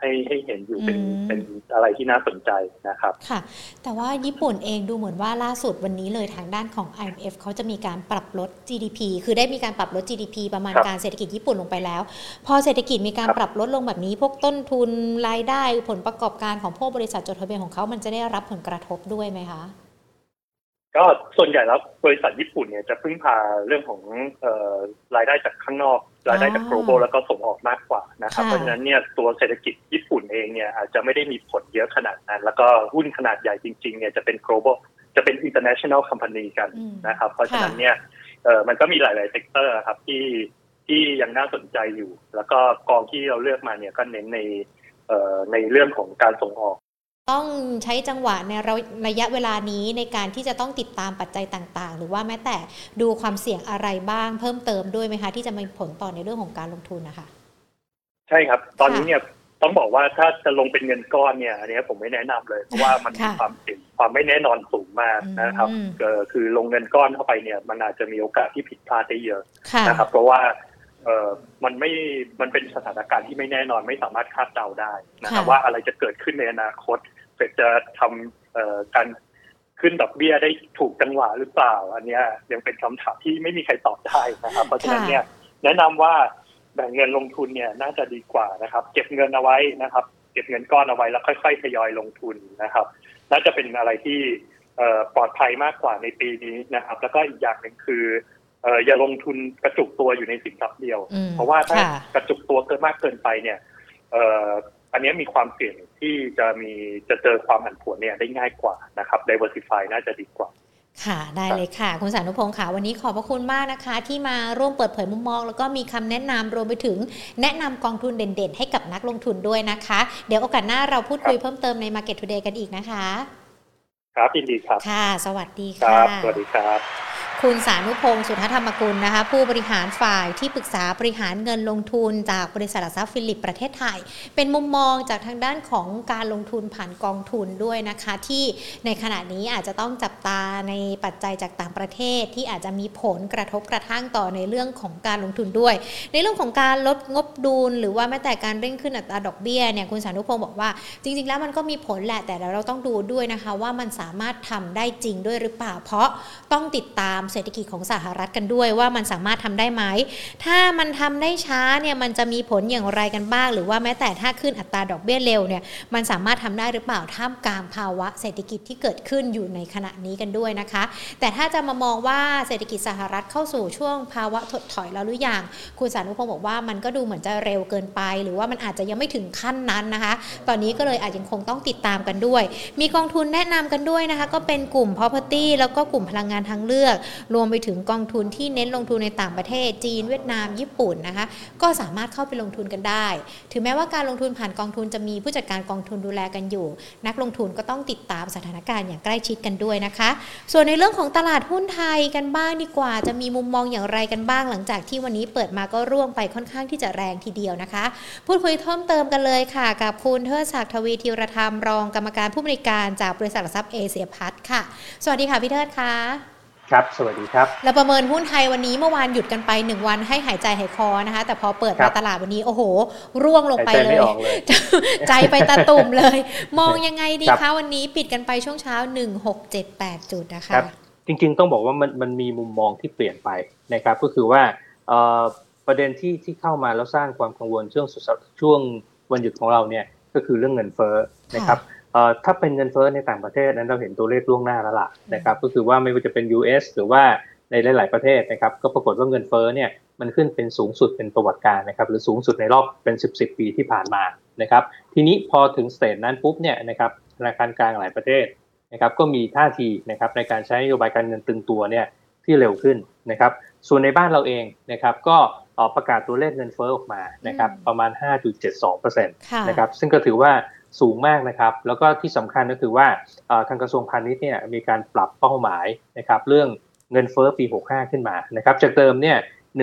ให้เห็นอยู่เป็นอะไรที่น่าสนใจนะครับค่ะแต่ว่าญี่ปุ่นเองดูเหมือนว่าล่าสุดวันนี้เลยทางด้านของ IMF เขาจะมีการปรับลด GDP คือได้มีการปรับลด GDP ประมาณการเศรษฐกิจญี่ปุ่นลงไปแล้วพอเศรษฐกิจมีการปรับลดลงแบบนี้พวกต้นทุนรายได้ผลประกอบการของพวกบริษัทจดทะเบียนของเขามันจะได้รับผลกระทบด้วยไหมคะก็ส่วนใหญ่แล้วบริษัทญี่ปุ่นเนี่ยจะพึ่งพาเรื่องของรายได้จากข้างนอกรายได้จาก global แล้วก็ส่งออกมากกว่านะครับเพราะฉะนั้นเนี่ยตัวเศรษฐกิจญี่ปุ่นเองเนี่ยอาจจะไม่ได้มีผลเยอะขนาดนั้นแล้วก็หุ้นขนาดใหญ่จริงๆเนี่ยจะเป็น global จะเป็น international company กันนะครับเพราะฉะนั้นเนี่ยมันก็มีหลายๆเซกเตอร์ครับที่ยังน่าสนใจอยู่แล้วก็กองที่เราเลือกมาเนี่ยก็เน้นในเรื่องของการส่งออกต้องใช้จังหวะในระยะเวลานี้ในการที่จะต้องติดตามปัจจัยต่างๆหรือว่าแม้แต่ดูความเสี่ยงอะไรบ้างเพิ่มเติมด้วยไหมคะที่จะมีผลต่อในเรื่องของการลงทุนนะคะใช่ครับตอนนี้เนี่ยต้องบอกว่าถ้าจะลงเป็นเงินก้อนเนี่ยอันนี้ผมไม่แนะนำเลยเพราะว่ามันมีความเสี่ยงความไม่แน่นอนสูงมากนะครับคือลงเงินก้อนเข้าไปเนี่ยมันอาจจะมีโอกาสที่ผิดพลาดได้เยอะนะครับเพราะว่ามันเป็นสถานการณ์ที่ไม่แน่นอนไม่สามารถคาดเดาได้นะครับว่าอะไรจะเกิดขึ้นในอนาคตเฟดจะทำการขึ้นดอกเบี้ยได้ถูกจังหวะหรือเปล่าอันนี้ยังเป็นคำถามที่ไม่มีใครตอบได้นะครับเพราะฉะนั้นเนี่ยแนะนำว่าแบ่งเงินลงทุนเนี่ยน่าจะดีกว่านะครับเก็บเงินเอาไว้นะครับเก็บเงินก้อนเอาไว้แล้วค่อยๆทยอยลงทุนนะครับน่าจะเป็นอะไรที่ปลอดภัยมากกว่าในปีนี้นะครับแล้วก็อีกอย่างหนึ่งคืออย่าลงทุนกระจุกตัวอยู่ในสินทรัพย์เดียวเพราะว่าถ้ากระจุกตัวเกินมากเกินไปเนี่ยอันนี้มีความเสี่ยงที่จะเจอความผันผวนเนี่ยได้ง่ายกว่านะครับ diversify น่าจะดีกว่าค่ะได้เลยค่ะคุณสานุพงษ์ค่ะวันนี้ขอบพระคุณมากนะคะที่มาร่วมเปิดเผยมุมมองแล้วก็มีคำแนะนำรวมไปถึงแนะนำกองทุนเด่นๆให้กับนักลงทุนด้วยนะคะเดี๋ยวโอกาสหน้าเราพูดคุยเพิ่มเติมใน Market Today กันอีกนะคะครับยินดีครับค่ะสวัสดีค่ะสวัสดีครับคุณสานุพงษ์สุทธธรรมกุลนะคะผู้บริหารฝ่ายที่ปรึกษาบริหารเงินลงทุนจากบริษัทหลักทรัพย์ฟิลิปประเทศไทยเป็นมุมมองจากทางด้านของการลงทุนผ่านกองทุนด้วยนะคะที่ในขณะนี้อาจจะต้องจับตาในปัจจัยจากต่างประเทศที่อาจจะมีผลกระทบกระทั่งต่อในเรื่องของการลงทุนด้วยในเรื่องของการลดงบดุลหรือว่าแม้แต่การเร่งขึ้นอัตราดอกเบี้ยเนี่ยคุณสานุพงษ์บอกว่าจริงๆแล้วมันก็มีผลแหละแต่เราต้องดูด้วยนะคะว่ามันสามารถทำได้จริงด้วยหรือเปล่าเพราะต้องติดตามเศรษฐกิจของสหรัฐกันด้วยว่ามันสามารถทำได้ไหมถ้ามันทำได้ช้าเนี่ยมันจะมีผลอย่างไรกันบ้างหรือว่าแม้แต่ถ้าขึ้นอัตราดอกเบี้ยเร็วเนี่ยมันสามารถทำได้หรือเปล่าท่ามกลางภาวะเศรษฐกิจที่เกิดขึ้นอยู่ในขณะนี้กันด้วยนะคะแต่ถ้าจะมามองว่าเศรษฐกิจสหรัฐเข้าสู่ช่วงภาวะถดถอยแล้วหรือยังคุณสานุพงษ์บอกว่ามันก็ดูเหมือนจะเร็วเกินไปหรือว่ามันอาจจะยังไม่ถึงขั้นนั้นนะคะตอนนี้ก็เลยอาจยังคงต้องติดตามกันด้วยมีกองทุนแนะนำกันด้วยนะคะก็เป็นกลุ่ม property แล้วก็กลุ่มพลังงานทางเลือกรวมไปถึงกองทุนที่เน้นลงทุนในต่างประเทศจีนเวียดนามญี่ปุ่นนะคะก็สามารถเข้าไปลงทุนกันได้ถึงแม้ว่าการลงทุนผ่านกองทุนจะมีผู้จัดการกองทุนดูแลกันอยู่นักลงทุนก็ต้องติดตามสถานการณ์อย่างใกล้ชิดกันด้วยนะคะส่วนในเรื่องของตลาดหุ้นไทยกันบ้างดีกว่าจะมีมุมมองอย่างไรกันบ้างหลังจากที่วันนี้เปิดมาก็ร่วงไปค่อนข้างที่จะแรงทีเดียวนะคะพูดคุยเพิ่มเติมกันเลยค่ะกับคุณเทิดศักดิ์ทวีธีรธรรมรองกรรมการผู้บริการจากบริษัทหลักทรัพย์เอเชียพัฒน์ค่ะสวัสดีค่ะพี่เทิดค่ะครับสวัสดีครับเราประเมินหุ้นไทยวันนี้เมื่อวานหยุดกันไป1วันให้หายใจหายคอนะคะแต่พอเปิดมาตลาดวันนี้โอ้โหร่วงลงไปเลยใจไปตะตุ่มเลยมองยังไงดีคะวันนี้ปิดกันไปช่วงเช้า1678จุดนะคะจริงๆต้องบอกว่ามันมีมุมมองที่เปลี่ยนไปนะครับก็คือว่าประเด็นที่เข้ามาแล้วสร้างความกังวลช่วงวันหยุดของเราเนี่ยก็คือเรื่องเงินเฟ้อนะครับถ้าเป็นเงินเฟ้อในต่างประเทศนั้นเราเห็นตัวเลขล่วงหน้าแล้วล่ะนะครับก็คือว่าไม่ว่าจะเป็น US หรือว่าในหลายๆประเทศนะครับก็ปรากฏว่าเงินเฟ้อเนี่ยมันขึ้นเป็นสูงสุดเป็นประวัติการนะครับหรือสูงสุดในรอบเป็น10ปีที่ผ่านมานะครับทีนี้พอถึงสเตจนั้นปุ๊บเนี่ยนะครับธนาคารกลางหลายประเทศนะครับก็มีท่าทีนะครับในการใช้นโยบายการเงินตึงตัวเนี่ยที่เร็วขึ้นนะครับส่วนในบ้านเราเองนะครับก็ประกาศตัวเลขเงินเฟ้อออกมานะครับประมาณ 5.72% นะครับซึ่งก็ถือว่าสูงมากนะครับแล้วก็ที่สำคัญก็คือว่าทางกระทรวงพาณิชย์เนี่ยมีการปรับเป้าหมายนะครับเรื่องเงินเฟ้อปี65ขึ้นมานะครับจากเดิมเนี่ย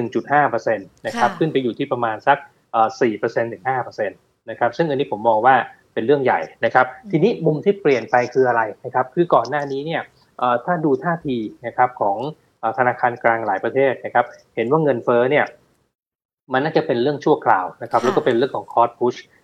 1.5% นะครับขึ้นไปอยู่ที่ประมาณสัก4% ถึง 5% นะครับซึ่งอันนี้ผมมองว่าเป็นเรื่องใหญ่นะครับทีนี้มุมที่เปลี่ยนไปคืออะไรนะครับคือก่อนหน้านี้เนี่ยถ้าดูท่าทีนะครับของธนาคารกลางหลายประเทศนะครับเห็นว่าเงินเฟ้อเนี่ยมันน่าจะเป็นเรื่องชั่วคราวนะครับแล้วก็เป็นเรื่องของ cost push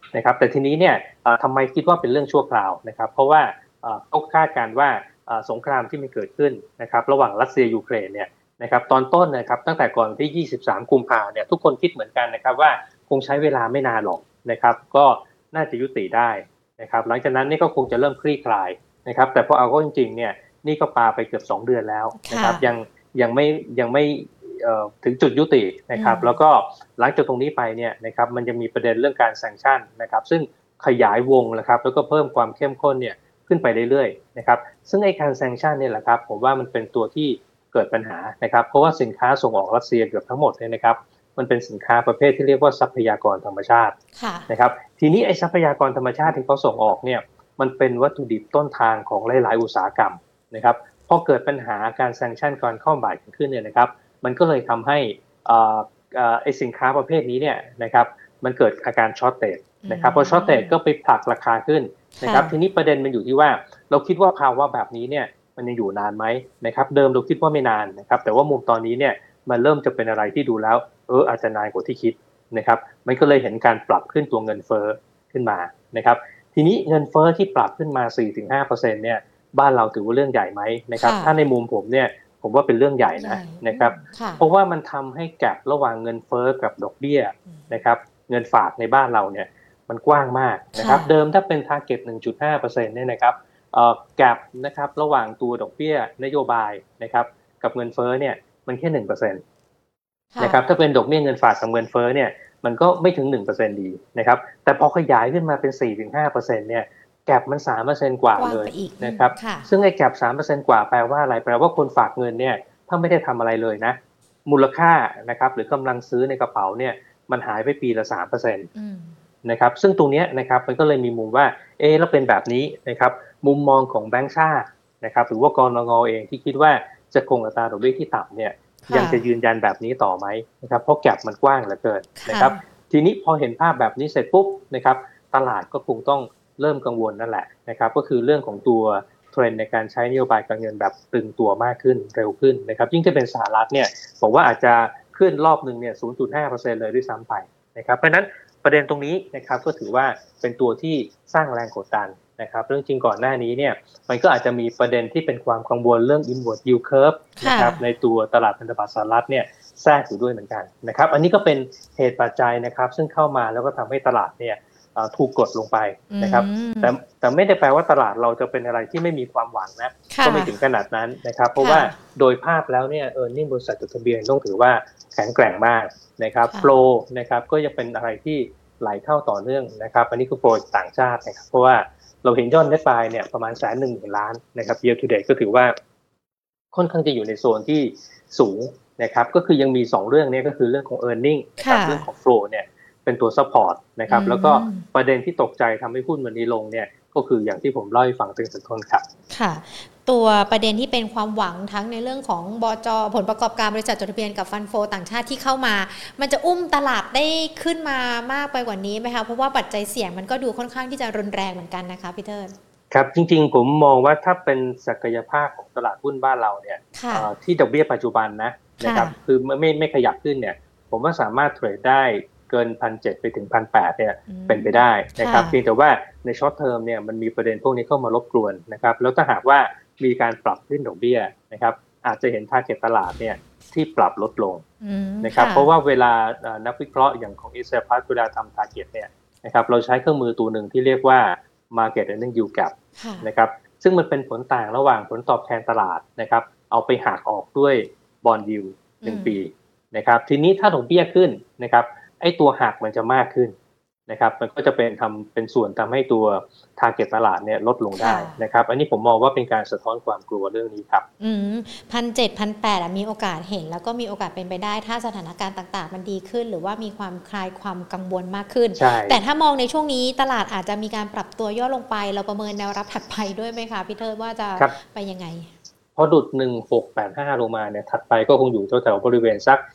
นะครับแต่ทีนี้เนี่ยทำไมคิดว่าเป็นเรื่องชั่วคราวนะครับเพราะว่าเขาคาดการณ์ว่าสงครามที่มันเกิดขึ้นนะครับระหว่างรัสเซียยูเครนเนี่ยนะครับตอนต้นนะครับตั้งแต่ก่อนที่23กุมภาพันธ์เนี่ยทุกคนคิดเหมือนกันนะครับว่าคงใช้เวลาไม่นานหรอกนะครับก็น่าจะยุติได้นะครับหลังจากนั้นนี่ก็คงจะเริ่มคลี่คลายนะครับแต่พอเอาเข้าจริงๆเนี่ยนี่ก็ปาไปเกือบ2 เดือนแล้วนะครับยังไม่ถึงจุดยุตินะครับแล้วก็หลังจากตรงนี้ไปเนี่ยนะครับมันจะมีประเด็นเรื่องการแซงชั่นนะครับซึ่งขยายวงนะครับแล้วก็เพิ่มความเข้มข้นเนี่ยขึ้นไปเรื่อยๆนะครับซึ่งไอ้การแซงชั่นเนี่ยแหละครับผมว่ามันเป็นตัวที่เกิดปัญหานะครับเพราะว่าสินค้าส่งออกรัสเซียเกือบทั้งหมดเนี่ยนะครับมันเป็นสินค้าประเภทที่เรียกว่าทรัพยากรธรรมชาตินะครับทีนี้ไอ้ทรัพยากรธรรมชาติที่เขาส่งออกเนี่ยมันเป็นวัตถุดิบต้นทางของหลายๆอุตสาหกรรมนะครับพอเกิดปัญหาการแซงชั่นการเข้าบ่ายขึ้นเนี่ยนะครับมันก็เลยทำให้ไอ้สินค้าประเภทนี้เนี่ยนะครับมันเกิดอาการช็อตเตจนะครับพอช็อตเตจก็ไปผลักราคาขึ้นนะครับทีนี้ประเด็นมันอยู่ที่ว่าเราคิดว่าภาวะแบบนี้เนี่ยมันยังอยู่นานไหมนะครับเดิมเราคิดว่าไม่นานนะครับแต่ว่ามุมตอนนี้เนี่ยมันเริ่มจะเป็นอะไรที่ดูแล้วอาจจะนานกว่าที่คิดนะครับมันก็เลยเห็นการปรับขึ้นตัวเงินเฟ้อขึ้นมานะครับทีนี้เงินเฟ้อที่ปรับขึ้นมา 4-5% เนี่ยบ้านเราถือว่าเรื่องใหญ่ไหมนะครับถ้าในมุมผมเนี่ยผมว่าเป็นเรื่องใหญ่นะครับเพราะว่ามันทำให้แกประหว่างเงินเฟ้อกับดอกเบี้ยนะครับเงินฝากในบ้านเราเนี่ยมันกว้างมากนะครับเดิมถ้าเป็น target 1.5% เนี่ยนะครับแกนะครับระหว่างตัวดอกเบี้ยนโยบายนะครับกับเงินเฟ้อเนี่ยมันแค่ 1% นะครับถ้าเป็นดอกเบี้ยเงินฝากกับเงินเฟ้อเนี่ยมันก็ไม่ถึง 1% ดีนะครับแต่พอขยายขึ้นมาเป็น 4-5% เนี่ยแกปมัน 3% กว่าเลยนะครับซึ่งไอ้แกป 3% กว่าแปลว่าอะไรแปลว่าคนฝากเงินเนี่ยถ้าไม่ได้ทำอะไรเลยนะมูลค่านะครับหรือกำลังซื้อในกระเป๋าเนี่ยมันหายไปปีละ 3% นะครับซึ่งตรงนี้นะครับมันก็เลยมีมุมว่าแล้วเป็นแบบนี้นะครับมุมมองของแบงก์ชาตินะครับหรือว่ากนง.เองที่คิดว่าจะคงอัตราดอกเบี้ยที่ต่ำเนี่ยยังจะยืนยันแบบนี้ต่อไหมนะครับเพราะแกปมันกว้างเหลือเกินนะครับทีนี้พอเห็นภาพแบบนี้เสร็จปุ๊บนะครับตลาดก็คงต้องเริ่มกังวลนั่นแหละนะครับก็คือเรื่องของตัวเทรนด์ในการใช้นโยบายการเงินแบบตึงตัวมากขึ้นเร็วขึ้นนะครับยิ่งถ้าเป็นสหรัฐเนี่ยผมว่าอาจจะขึ้นรอบนึงเนี่ย 0.5% เลยด้วยซ้ำไปนะครับเพราะนั้นประเด็นตรงนี้นะครับก็ถือว่าเป็นตัวที่สร้างแรงกดดันนะครับเรื่องจริงก่อนหน้านี้เนี่ยมันก็อาจจะมีประเด็นที่เป็นความกังวลเรื่อง inward yield curve นะครับในตัวตลาดพันธบัตรสหรัฐเนี่ยแทรกอยู่ด้วยเหมือนกันนะครับอันนี้ก็เป็นเหตุปัจจัยนะครับซึ่งเข้ามาแล้วก็ทำให้ตลาดเนี่ยถูกกดลงไปนะครับแต่ไม่ได้แปลว่าตลาดเราจะเป็นอะไรที่ไม่มีความหวังนะก็ไม่ถึงขนาดนั้นนะครับเพราะว่าโดยภาพแล้วเนี่ยearning บริษัทจดทะเบียนต้องถือว่าแข็งแกร่งมากนะครับโฟลว์นะครับก็ยังเป็นอะไรที่ไหลเข้าต่อเนื่องนะครับอันนี้คือโฟลว์ต่างชาตินะครับเพราะว่าเราเห็นยอด net buy เนี่ยประมาณ 110,000 ล้านนะครับ year to date ก็ถือว่าค่อนข้างจะอยู่ในโซนที่สูงนะครับก็คือยังมี2เรื่องนี้ก็คือเรื่องของ earning นะครับเรื่องของ flow เนี่ยเป็นตัว support นะครับแล้วก็ประเด็นที่ตกใจทำให้หุ้นวันนี้ลงเนี่ยก็คืออย่างที่ผมเล่าให้ฟังตั้งแต่ต้นครับค่ะตัวประเด็นที่เป็นความหวังทั้งในเรื่องของบจ.ผลประกอบการบริษัทจดทะเบียนกับฟันโฟต่างชาติที่เข้ามามันจะอุ้มตลาดได้ขึ้นมามากไปกว่านี้ไหมคะเพราะว่าปัจจัยเสี่ยงมันก็ดูค่อนข้างที่จะรุนแรงเหมือนกันนะคะพี่เทิดครับจริงๆผมมองว่าถ้าเป็นศักยภาพของตลาดหุ้นบ้านเราเนี่ยที่ดอกเบี้ยปัจจุบันนะครับคือไม่ขยับขึ้นเนี่ยผมว่าสามารถเทรดได้เกิน 1,700 ไปถึง 1,800 เนี่ยเป็นไปได้นะครับเพียงแต่ว่าในช็อตเทอมเนี่ยมันมีประเด็นพวกนี้เข้ามารบกวนนะครับแล้วถ้าหากว่ามีการปรับขึ้นดอกเบี้ยนะครับอาจจะเห็น target ตลาดเนี่ยที่ปรับลดลงนะครับเพราะว่าเวลานักวิเคราะห์อย่างของ Asia Plus เวลาทำ target เนี่ยนะครับเราใช้เครื่องมือตัวหนึ่งที่เรียกว่า market earning yield gap นะครับซึ่งมันเป็นผลต่างระหว่างผลตอบแทนตลาดนะครับเอาไปหักออกด้วย bond yield 1 ปีนะครับทีนี้ถ้าดอกเบี้ยขึ้นนะครับไอ้ตัวหักมันจะมากขึ้นนะครับมันก็จะเป็นส่วนทำให้ตัว target ตลาดเนี่ยลดลงได้นะครับอันนี้ผมมองว่าเป็นการสะท้อนความกลัวเรื่องนี้ครับ 1,700-1,800 มีโอกาสเห็นแล้วก็มีโอกาสเป็นไปได้ถ้าสถานการณ์ต่างๆมันดีขึ้นหรือว่ามีความคลายความกังวลมากขึ้นแต่ถ้ามองในช่วงนี้ตลาดอาจจะมีการปรับตัวย่อลงไปเราประเมินแนวรับถัดไปด้วยไหมคะพี่เทิดว่าจะไปยังไงพอดุด1685ลงมาเนี่ยถัดไปก็คงอยู่แถวๆบริเวณสัก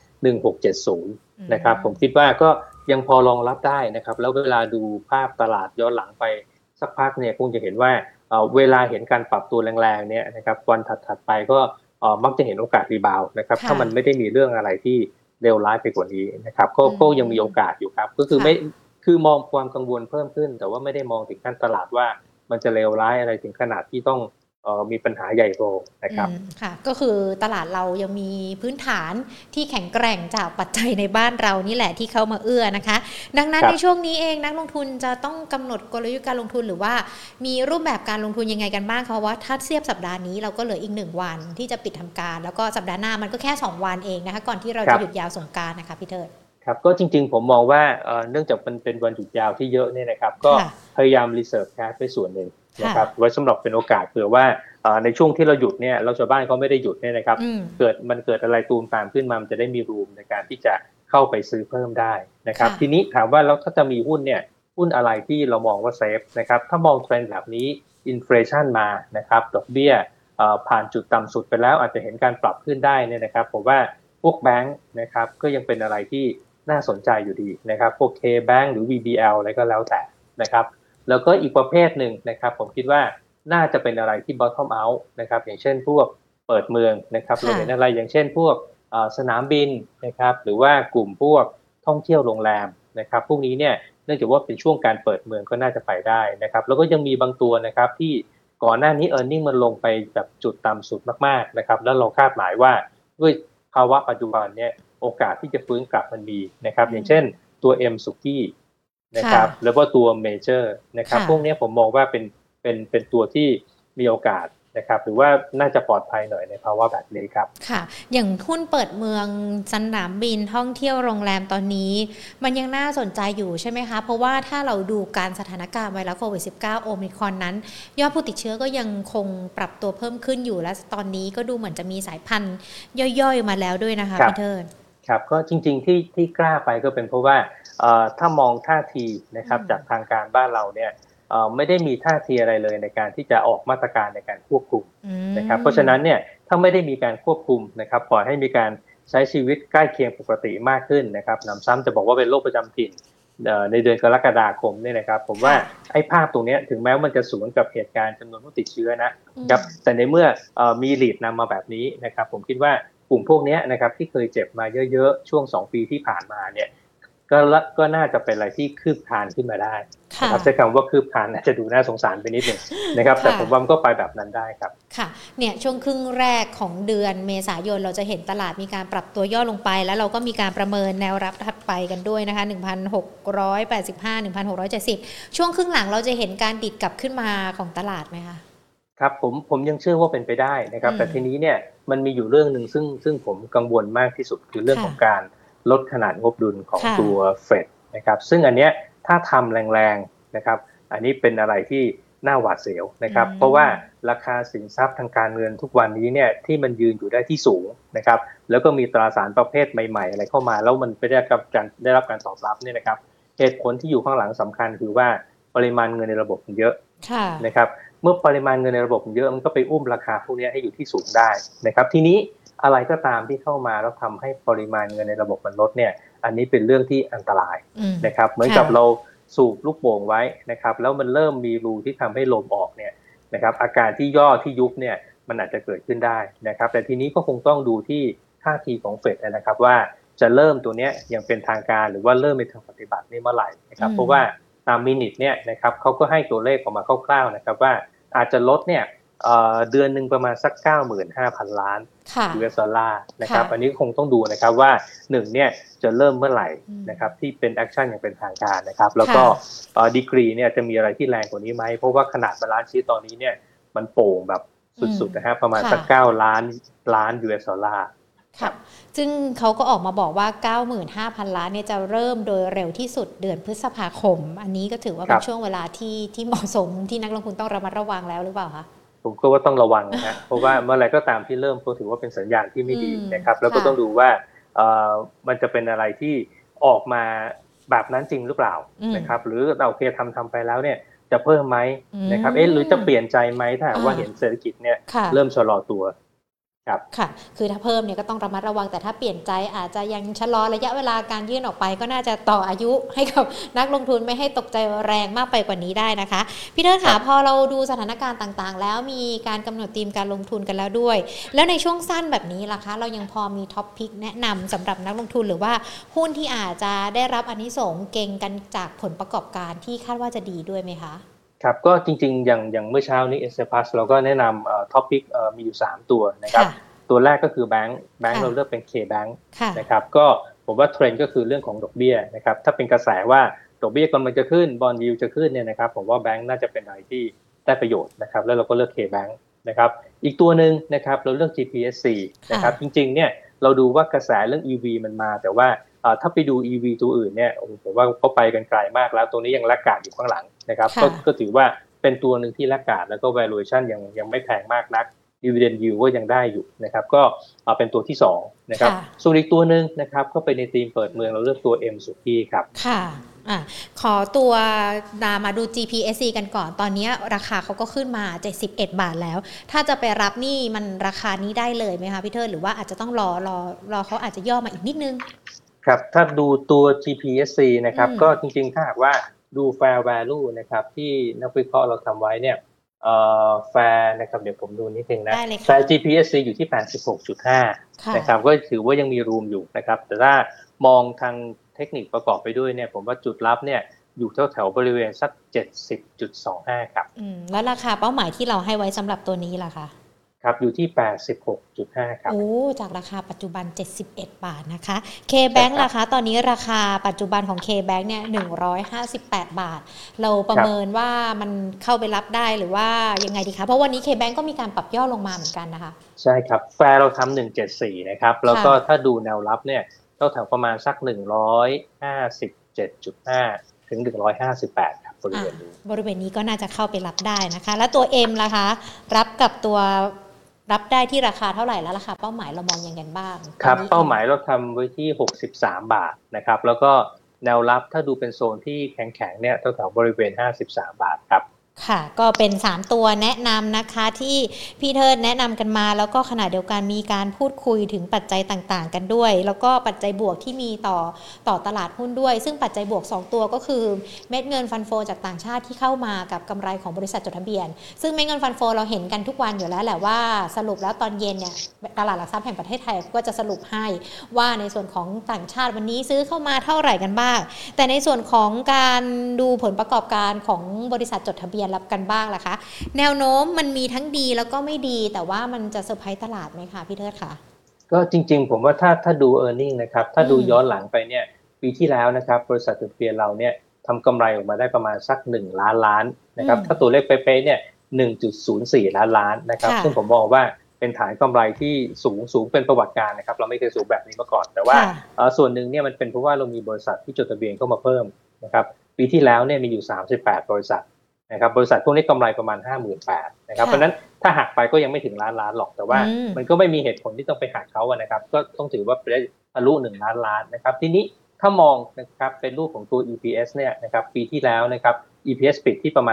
1670นะครับผมคิดว่าก็ยังพอรองรับได้นะครับแล้วเวลาดูภาพตลาดย้อนหลังไปสักพักเนี่ยคงจะเห็นว่าเวลาเห็นการปรับตัวแรงๆเนี่ยนะครับวันถัดไปก็มักจะเห็นโอกาสรีบาวด์นะครับถ้ามันไม่ได้มีเรื่องอะไรที่เลวร้ายไปกว่านี้นะครับก็ยังมีโอกาสอยู่ครับก็คือคือมองความกังวลเพิ่มขึ้นแต่ว่าไม่ได้มองถึงขั้นตลาดว่ามันจะเลวร้ายอะไรถึงขนาดที่ต้องมีปัญหาใหญ่โตนะครับค่ะก็คือตลาดเรายังมีพื้นฐานที่แข็งแกร่งจากปัจจัยในบ้านเรานี่แหละที่เข้ามาเอื้อนะคะดังนั้นในช่วงนี้เองนักลงทุนจะต้องกำหนดกลยุทธ์การลงทุนหรือว่ามีรูปแบบการลงทุนยังไงกันบ้างคะว่าถ้าเทียบสัปดาห์นี้เราก็เหลืออีก1วันที่จะปิดทำการแล้วก็สัปดาห์หน้ามันก็แค่2วันเองนะคะก่อนที่เราจะหยุดยาวสงกรานต์นะคะพี่เทิดครับก็จริงๆผมมองว่าเนื่องจากมันเป็นวันหยุดยาวที่เยอะเนี่ยนะครับก็พยายามรีเซิร์ฟแคชไว้ส่วนหนึ่งนะครับไว้สำหรับเป็นโอกาสเผื่อว่าในช่วงที่เราหยุดเนี่ยเราชาวบ้านเขาไม่ได้หยุดเนี่ยนะครับเกิดอะไรตูมตามขึ้นมามันจะได้มีรูมในการที่จะเข้าไปซื้อเพิ่มได้นะครับทีนี้ถามว่าแล้วถ้าจะมีหุ้นเนี่ยหุ้นอะไรที่เรามองว่าเซฟนะครับถ้ามองเทรนด์แบบนี้อินเฟลชันมานะครับดอกเบี้ยผ่านจุดต่ำสุดไปแล้วอาจจะเห็นการปรับขึ้นได้เนี่ยนะครับผมว่าพวกแบงค์นะครับก็ยังเป็นอะไรที่น่าสนใจอยู่ดีนะครับพวก K-Bank หรือ VBL อะไรก็แล้วแต่นะครับแล้วก็อีกประเภทหนึ่งนะครับผมคิดว่าน่าจะเป็นอะไรที่ bottom out นะครับอย่างเช่นพวกเปิดเมืองนะครับเราเห็นอะไรอย่างเช่นพวกสนามบินนะครับหรือว่ากลุ่มพวกท่องเที่ยวโรงแรมนะครับพวกนี้เนี่ยเนื่องจากว่าเป็นช่วงการเปิดเมืองก็น่าจะไปได้นะครับแล้วก็ยังมีบางตัวนะครับที่ก่อนหน้านี้ earning มันลงไปแบบจุดต่ำสุดมากๆนะครับแล้วเราคาดหมายว่าด้วยภาวะปัจจุบันเนี่ยโอกาสที่จะฟื้นกลับมันมีนะครับอย่างเช่นตัว M สุกี้นะครับแล้วก็ตัวเมเจอร์นะครับพวกนี้ผมมองว่าเป็นตัวที่มีโอกาสนะครับหรือว่าน่าจะปลอดภัยหน่อยในภาวะแบบนี้ครับค่ะอย่างหุ้นเปิดเมืองสนามบินท่องเที่ยวโรงแรมตอนนี้มันยังน่าสนใจอยู่ใช่ไหมคะเพราะว่าถ้าเราดูการสถานการณ์ไวรัสโควิด -19 โอมิครอนนั้นยอดผู้ติดเชื้อก็ยังคงปรับตัวเพิ่มขึ้นอยู่และตอนนี้ก็ดูเหมือนจะมีสายพันธุ์ย่อยๆมาแล้วด้วยนะคะพี่เทิดครับก็จริงๆที่กล้าไปก็เป็นเพราะว่าถ้ามองท่าทีนะครับจากทางการบ้านเราเนี่ยไม่ได้มีท่าทีอะไรเลยในการที่จะออกมาตรการในการควบคุมนะครับเพราะฉะนั้นเนี่ยถ้าไม่ได้มีการควบคุมนะครับปล่อยให้มีการใช้ชีวิตใกล้เคียงปกติมากขึ้นนะครับนำซ้ำจะบอกว่าเป็นโรคประจำถิ่นในเดือนกรกฎาคมเนี่ยนะครับผมว่าไอ้ภาพตรงนี้ถึงแม้มันจะสวนกับเหตุการณ์จำนวนผู้ติดเชื้อนะครับแต่ในเมื่อมีลีดนำมาแบบนี้นะครับผมคิดว่ากลุ่มพวกนี้นะครับที่เคยเจ็บมาเยอะๆช่วง2ปีที่ผ่านมาเนี่ยก็น่าจะเป็นอะไรที่คืบคลานขึ้นมาได้นะครับใช้คำว่าคืบคลานอาจจะดูน่าสงสารไปนิดนึงนะครับแต่ผมว่ามันก็ไปแบบนั้นได้ครับค่ะเนี่ยช่วงครึ่งแรกของเดือนเมษายนเราจะเห็นตลาดมีการปรับตัวย่อลงไปแล้วเราก็มีการประเมินแนวรับถัดไปกันด้วยนะคะ 1,685 1,670 ช่วงครึ่งหลังเราจะเห็นการดิดกลับขึ้นมาของตลาดไหมคะครับผมยังเชื่อว่าเป็นไปได้นะครับแต่ทีนี้เนี่ยมันมีอยู่เรื่องนึงซึ่งผมกังวลมากที่สุดคือเรื่องของการลดขนาดงบดุลของตัวเฟดนะครับซึ่งอันเนี้ยถ้าทำแรงๆนะครับอันนี้เป็นอะไรที่น่าหวาดเสียวนะครับเพราะว่าราคาสินทรัพย์ทางการเงินทุกวันนี้เนี่ยที่มันยืนอยู่ได้ที่สูงนะครับแล้วก็มีตราสารประเภทใหม่ๆอะไรเข้ามาแล้วมันไม่ได้รับการตอบรับเนี่ยนะครับเหตุผลที่อยู่ข้างหลังสำคัญคือว่าปริมาณเงินในระบบมันเยอะนะครับเมื่อปริมาณเงินในระบบมันเยอะมันก็ไปอุ้มราคาพวกนี้ให้อยู่ที่สูงได้นะครับทีนี้อะไรก็ตามที่เข้ามาแล้วทำให้ปริมาณเงินในระบบมันลดเนี่ยอันนี้เป็นเรื่องที่อันตรายนะครับเหมือนกับเราสูบลูกโป่งไว้นะครับแล้วมันเริ่มมีรูที่ทำให้ลมออกเนี่ยนะครับอาการที่ย่อที่ยุบเนี่ยมันอาจจะเกิดขึ้นได้นะครับแต่ทีนี้ก็คงต้องดูที่ท่าทีของเฟดนะครับว่าจะเริ่มตัวเนี้ยอย่างเป็นทางการหรือว่าเริ่มเป็นทางปฏิบัตินี่เมื่อไหร่นะครับเพราะว่าตามมินิทเนี่ยนะครับเขาก็ให้ตัวเลขออกมาคร่าวๆนะครับว่าอาจจะลดเนี่ยเดือนหนึ่งประมาณสัก 95,000 ล้านUS ดอลลาร์นะครับอันนี้คงต้องดูนะครับว่า1เนี่ยจะเริ่มเมื่อไหร่นะครับที่เป็นแอคชั่นอย่างเป็นทางการนะครับแล้วก็ดีกรีเนี่ยจะมีอะไรที่แรงกว่านี้ไหมเพราะว่าขนาดบาลานซ์ชีทตอนนี้เนี่ยมันโป่งแบบสุดๆนะครับประมาณสัก9 ล้าน US ดอลลาร์ค่ะซึ่งเขาก็ออกมาบอกว่า 95,000 ล้านเนี่ยจะเริ่มโดยเร็วที่สุดเดือนพฤษภาคมอันนี้ก็ถือว่าเป็นช่วงเวลาที่เหมาะสมที่นักลงทุนต้องระมัดระวังแล้วหรือเปล่าคะผมก็ว่าต้องระวังนะเพราะว่าเมื่อไรก็ตามที่เริ่มก็ถือว่าเป็นสัญญาณที่ไม่ดีนะครับแล้วก็ต้องดูว่ามันจะเป็นอะไรที่ออกมาแบบนั้นจริงหรือเปล่านะครับหรือเราโอเคทำไปแล้วเนี่ยจะเพิ่มไหมนะครับหรือจะเปลี่ยนใจไหมถ้าว่าเห็นเศรษฐกิจเนี่ยเริ่มชะลอตัวค่ะคือถ้าเพิ่มเนี่ยก็ต้องระมัดระวังแต่ถ้าเปลี่ยนใจอาจจะยังชะลอระยะเวลาการยื่นออกไปก็น่าจะต่ออายุให้กับนักลงทุนไม่ให้ตกใจแรงมากไปกว่านี้ได้นะคะพี่เทิดค่ะพอเราดูสถานการณ์ต่างๆแล้วมีการกำหนดธีมการลงทุนกันแล้วด้วยแล้วในช่วงสั้นแบบนี้ล่ะคะเรายังพอมีท็อปพิกแนะนำสำหรับนักลงทุนหรือว่าหุ้นที่อาจจะได้รับอานิสงส์เก่งกันจากผลประกอบการที่คาดว่าจะดีด้วยไหมคะครับก็จริงๆอย่างเมื่อเช้านี้ S Plus เราก็แนะนำท็อปพิกมีอยู่3ตัวนะครับตัวแรกก็คือแบงค์เราเลือกเป็น K-Bank นะครับก็ผมว่าเทรนด์ก็คือเรื่องของดอกเบี้ยนะครับถ้าเป็นกระแสว่าดอกเบี้ยกำลังจะขึ้นบอนด์ยิลด์จะขึ้นเนี่ยนะครับผมว่าแบงค์น่าจะเป็นอะไรที่ได้ประโยชน์นะครับแล้วเราก็เลือก K-Bank นะครับอีกตัวนึงนะครับเราเลือก GPSC นะครับจริงๆเนี่ยเราดูว่ากระแสเรื่อง EV มันมาแต่ว่าถ้าไปดู EV ตัวอื่นเนี่ยผมว่าเขาไปกันไกลมากแล้วตัวนี้ยังลักการอยู่ข้างหลังนะครับก็ถือว่าเป็นตัวหนึ่งที่ลักการแล้วก็ valuation ยังไม่แพงมากนัก dividend yield ก็ยังได้อยู่นะครับก็เป็นตัวที่2นะครับส่วนอีกตัวนึงนะครับก็เป็นในธีมเปิดเมืองเราเลือกตัว M สุกี้ครับค่ะขอตัวมาดู GPSC กันก่อนตอนนี้ราคาเขาก็ขึ้นมา71 บาทแล้วถ้าจะไปรับนี่มันราคานี้ได้เลยไหมคะพี่เทิดหรือว่าอาจจะต้องรอเขาอาจจะย่อมาอีกนิดนึงครับถ้าดูตัว GPSC นะครับก็จริงๆถ้าหากว่าดู fair value นะครับที่นักวิเคราะห์เราทำไว้เนี่ยfair นะครับเดี๋ยวผมดูนิดนึงนะ fair GPSC อยู่ที่ 86.5 นะครับก็ถือว่ายังมีรูมอยู่นะครับแต่ถ้ามองทางเทคนิคประกอบไปด้วยเนี่ยผมว่าจุดรับเนี่ยอยู่แถวๆบริเวณสัก 70.25 ครับแล้วราคาเป้าหมายที่เราให้ไว้สำหรับตัวนี้ล่ะคะครับอยู่ที่ 86.5 ครับโอ้จากราคาปัจจุบัน71 บาทนะคะ K-Bank ราคาตอนนี้ราคาปัจจุบันของ K-Bank เนี่ย158 บาทเราประเมินว่ามันเข้าไปรับได้หรือว่ายังไงดีคะเพราะวันนี้ K-Bank ก็มีการปรับย่อลงมาเหมือนกันนะคะใช่ครับแฟร์เราทำ174นะครับแล้วก็ถ้าดูแนวรับเนี่ยก็แถวประมาณสัก157.5ถึง158ครับบริเวณนี้ก็น่าจะเข้าไปรับได้นะคะแล้วตัว M ล่ะคะรับกับตัวรับได้ที่ราคาเท่าไหร่แล้วราคาเป้าหมายเรามองยังไงบ้างครับเป้าหมายเราทำไว้ที่63 บาทนะครับแล้วก็แนวรับถ้าดูเป็นโซนที่แข็งๆเนี่ยแถวๆบริเวณ53 บาทครับค่ะก็เป็น3ตัวแนะนำนะคะที่พี่เทิดแนะนำกันมาแล้วก็ขณะเดียวกันมีการพูดคุยถึงปัจจัยต่างๆกันด้วยแล้วก็ปัจจัยบวกที่มีต่อตลาดหุ้นด้วยซึ่งปัจจัยบวก2ตัวก็คือเม็ดเงินฟันโฟจากต่างชาติที่เข้ามากับกำไรของบริษัทจดทะเบียนซึ่งเม็ดเงินฟันโฟเราเห็นกันทุกวันอยู่แล้วแหละว่าสรุปแล้วตอนเย็นเนี่ยตลาดหลักทรัพย์แห่งประเทศไทยก็จะสรุปให้ว่าในส่วนของต่างชาติวันนี้ซื้อเข้ามาเท่าไหร่กันบ้างแต่ในส่วนของการดูผลประกอบการของบริษัทจดทะเบียนรับกันบ้างล่ะคะแนวโน้มมันมีทั้งดีแล้วก็ไม่ดีแต่ว่ามันจะเซอร์ไพรส์ตลาดไหมคะพี่เทิดคะก็จริงๆผมว่าถ้าดู earning นะครับถ้าดูย้อนหลังไปเนี่ยปีที่แล้วนะครับบริษัทจดทะเบียนเราเนี่ยทำกำไรออกมาได้ประมาณสัก1 ล้านนะครับถ้าตัวเลขเป๊ะๆเนี่ย 1.04 ล้านนะครับซึ่งผมมองว่าเป็นฐานกำไรที่สูงเป็นประวัติการนะครับเราไม่เคยสูงแบบนี้มาก่อนแต่ว่าส่วนหนึ่งเนี่ยมันเป็นเพราะว่าเรามีบริษัทที่จดทะเบียนเข้ามาเพิ่มนะครับปีที่แล้วเนี่ยมีอยู่38 บริษัทนะครับบริษัทพวกนี้กำไรประมาณ 58,000 นะครับเพราะนั้นถ้าหักไปก็ยังไม่ถึงล้านหรอกแต่ว่ามันก็ไม่มีเหตุผลที่ต้องไปหักเขาอะนะครับก็ต้องถือว่าได้ทะลุ1 ล้านนะครับทีนี้ถ้ามองนะครับเป็นรูปของตัว EPS เนี่ยนะครับปีที่แล้วนะครับ EPS ปิดที่ประมาณ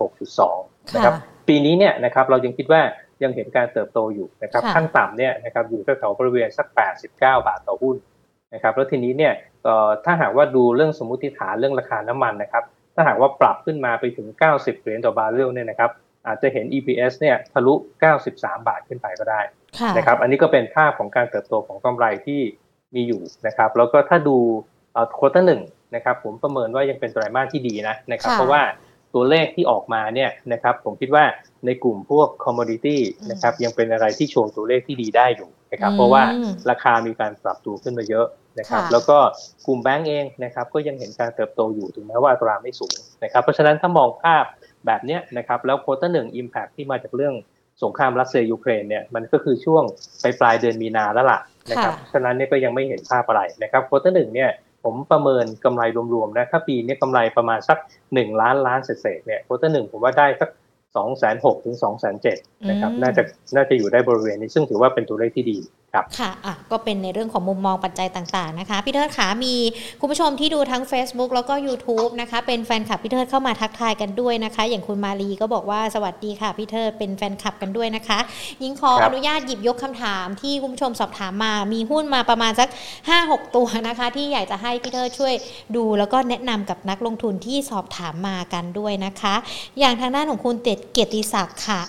86.2 นะครับปีนี้เนี่ยนะครับเรายังคิดว่ายังเห็นการเติบโตอยู่นะครับขั้นต่ำเนี่ยนะครับอยู่แถวๆบริเวณสัก89 บาทต่อหุ้นนะครับแล้วทีนี้เนี่ยถ้าหากว่าดูเรื่องสมมุติฐานเรื่องราคาน้ำมันนะครับถ้าหากว่าปรับขึ้นมาไปถึง$90ต่อบาร์เรลเนี่ยนะครับอาจจะเห็น EPS เนี่ยทะลุ93 บาทขึ้นไปก็ได้นะครับอันนี้ก็เป็นภาพของการเติบโตของกำไรที่มีอยู่นะครับแล้วก็ถ้าดูควอเตอร์1นะครับผมประเมินว่ายังเป็นไตรมาสที่ดีนะครับเพราะว่าตัวเลขที่ออกมาเนี่ยนะครับผมคิดว่าในกลุ่มพวก commodity นะครับยังเป็นอะไรที่โชว์ตัวเลขที่ดีได้อยู่นะครับเพราะว่าราคามีการปรับตัวขึ้นมาเยอะนะครับแล้วก็กลุ่มแบงก์เองนะครับก็ยังเห็นการเติบโตอยู่ถึงแม้ว่าอัตราไม่สูงนะครับเพราะฉะนั้นถ้ามองภาพแบบนี้นะครับแล้วควอเตอร์1 impact ที่มาจากเรื่องสงครามรัสเซียยูเครนเนี่ยมันก็คือช่วงปลายเดือนมีนาแล้วล่ะนะครับฉะนั้นเนี่ยก็ยังไม่เห็นภาพอะไรนะครับควอเตอร์1เนี่ยผมประเมินกำไรรวมๆนะถ้าปีนี้กำไรประมาณสัก1 ล้านเศษเนี่ยควอเตอร์1ผมว่าได้สัก260,000 ถึง 270,000 นะครับน่าจะอยู่ได้บริเวณนี้ซึ่งถือว่าเป็นตัวเลขที่ดีครับค่ะก็เป็นในเรื่องของมุมมองปัจจัยต่างๆนะคะพี่เทิดขามีคุณผู้ชมที่ดูทั้ง Facebook แล้วก็ YouTube นะคะเป็นแฟนคลับพี่เทิดเข้ามาทักทายกันด้วยนะคะอย่างคุณมาลีก็บอกว่าสวัสดีค่ะพี่เทิดเป็นแฟนคลับกันด้วยนะคะยิ่งขออนุญาตหยิบยกคำถามที่คุณผู้ชมสอบถามมามีหุ้นมาประมาณสัก 5-6 ตัวนะคะที่อยากจะให้พี่เทิดช่วยดูแล้วก็แนะนำกับนักลงทุนที่สอบถามมากันด้วยนะคะอย่างทางด้านของคุณเกียรติศักดิ์ค่ะ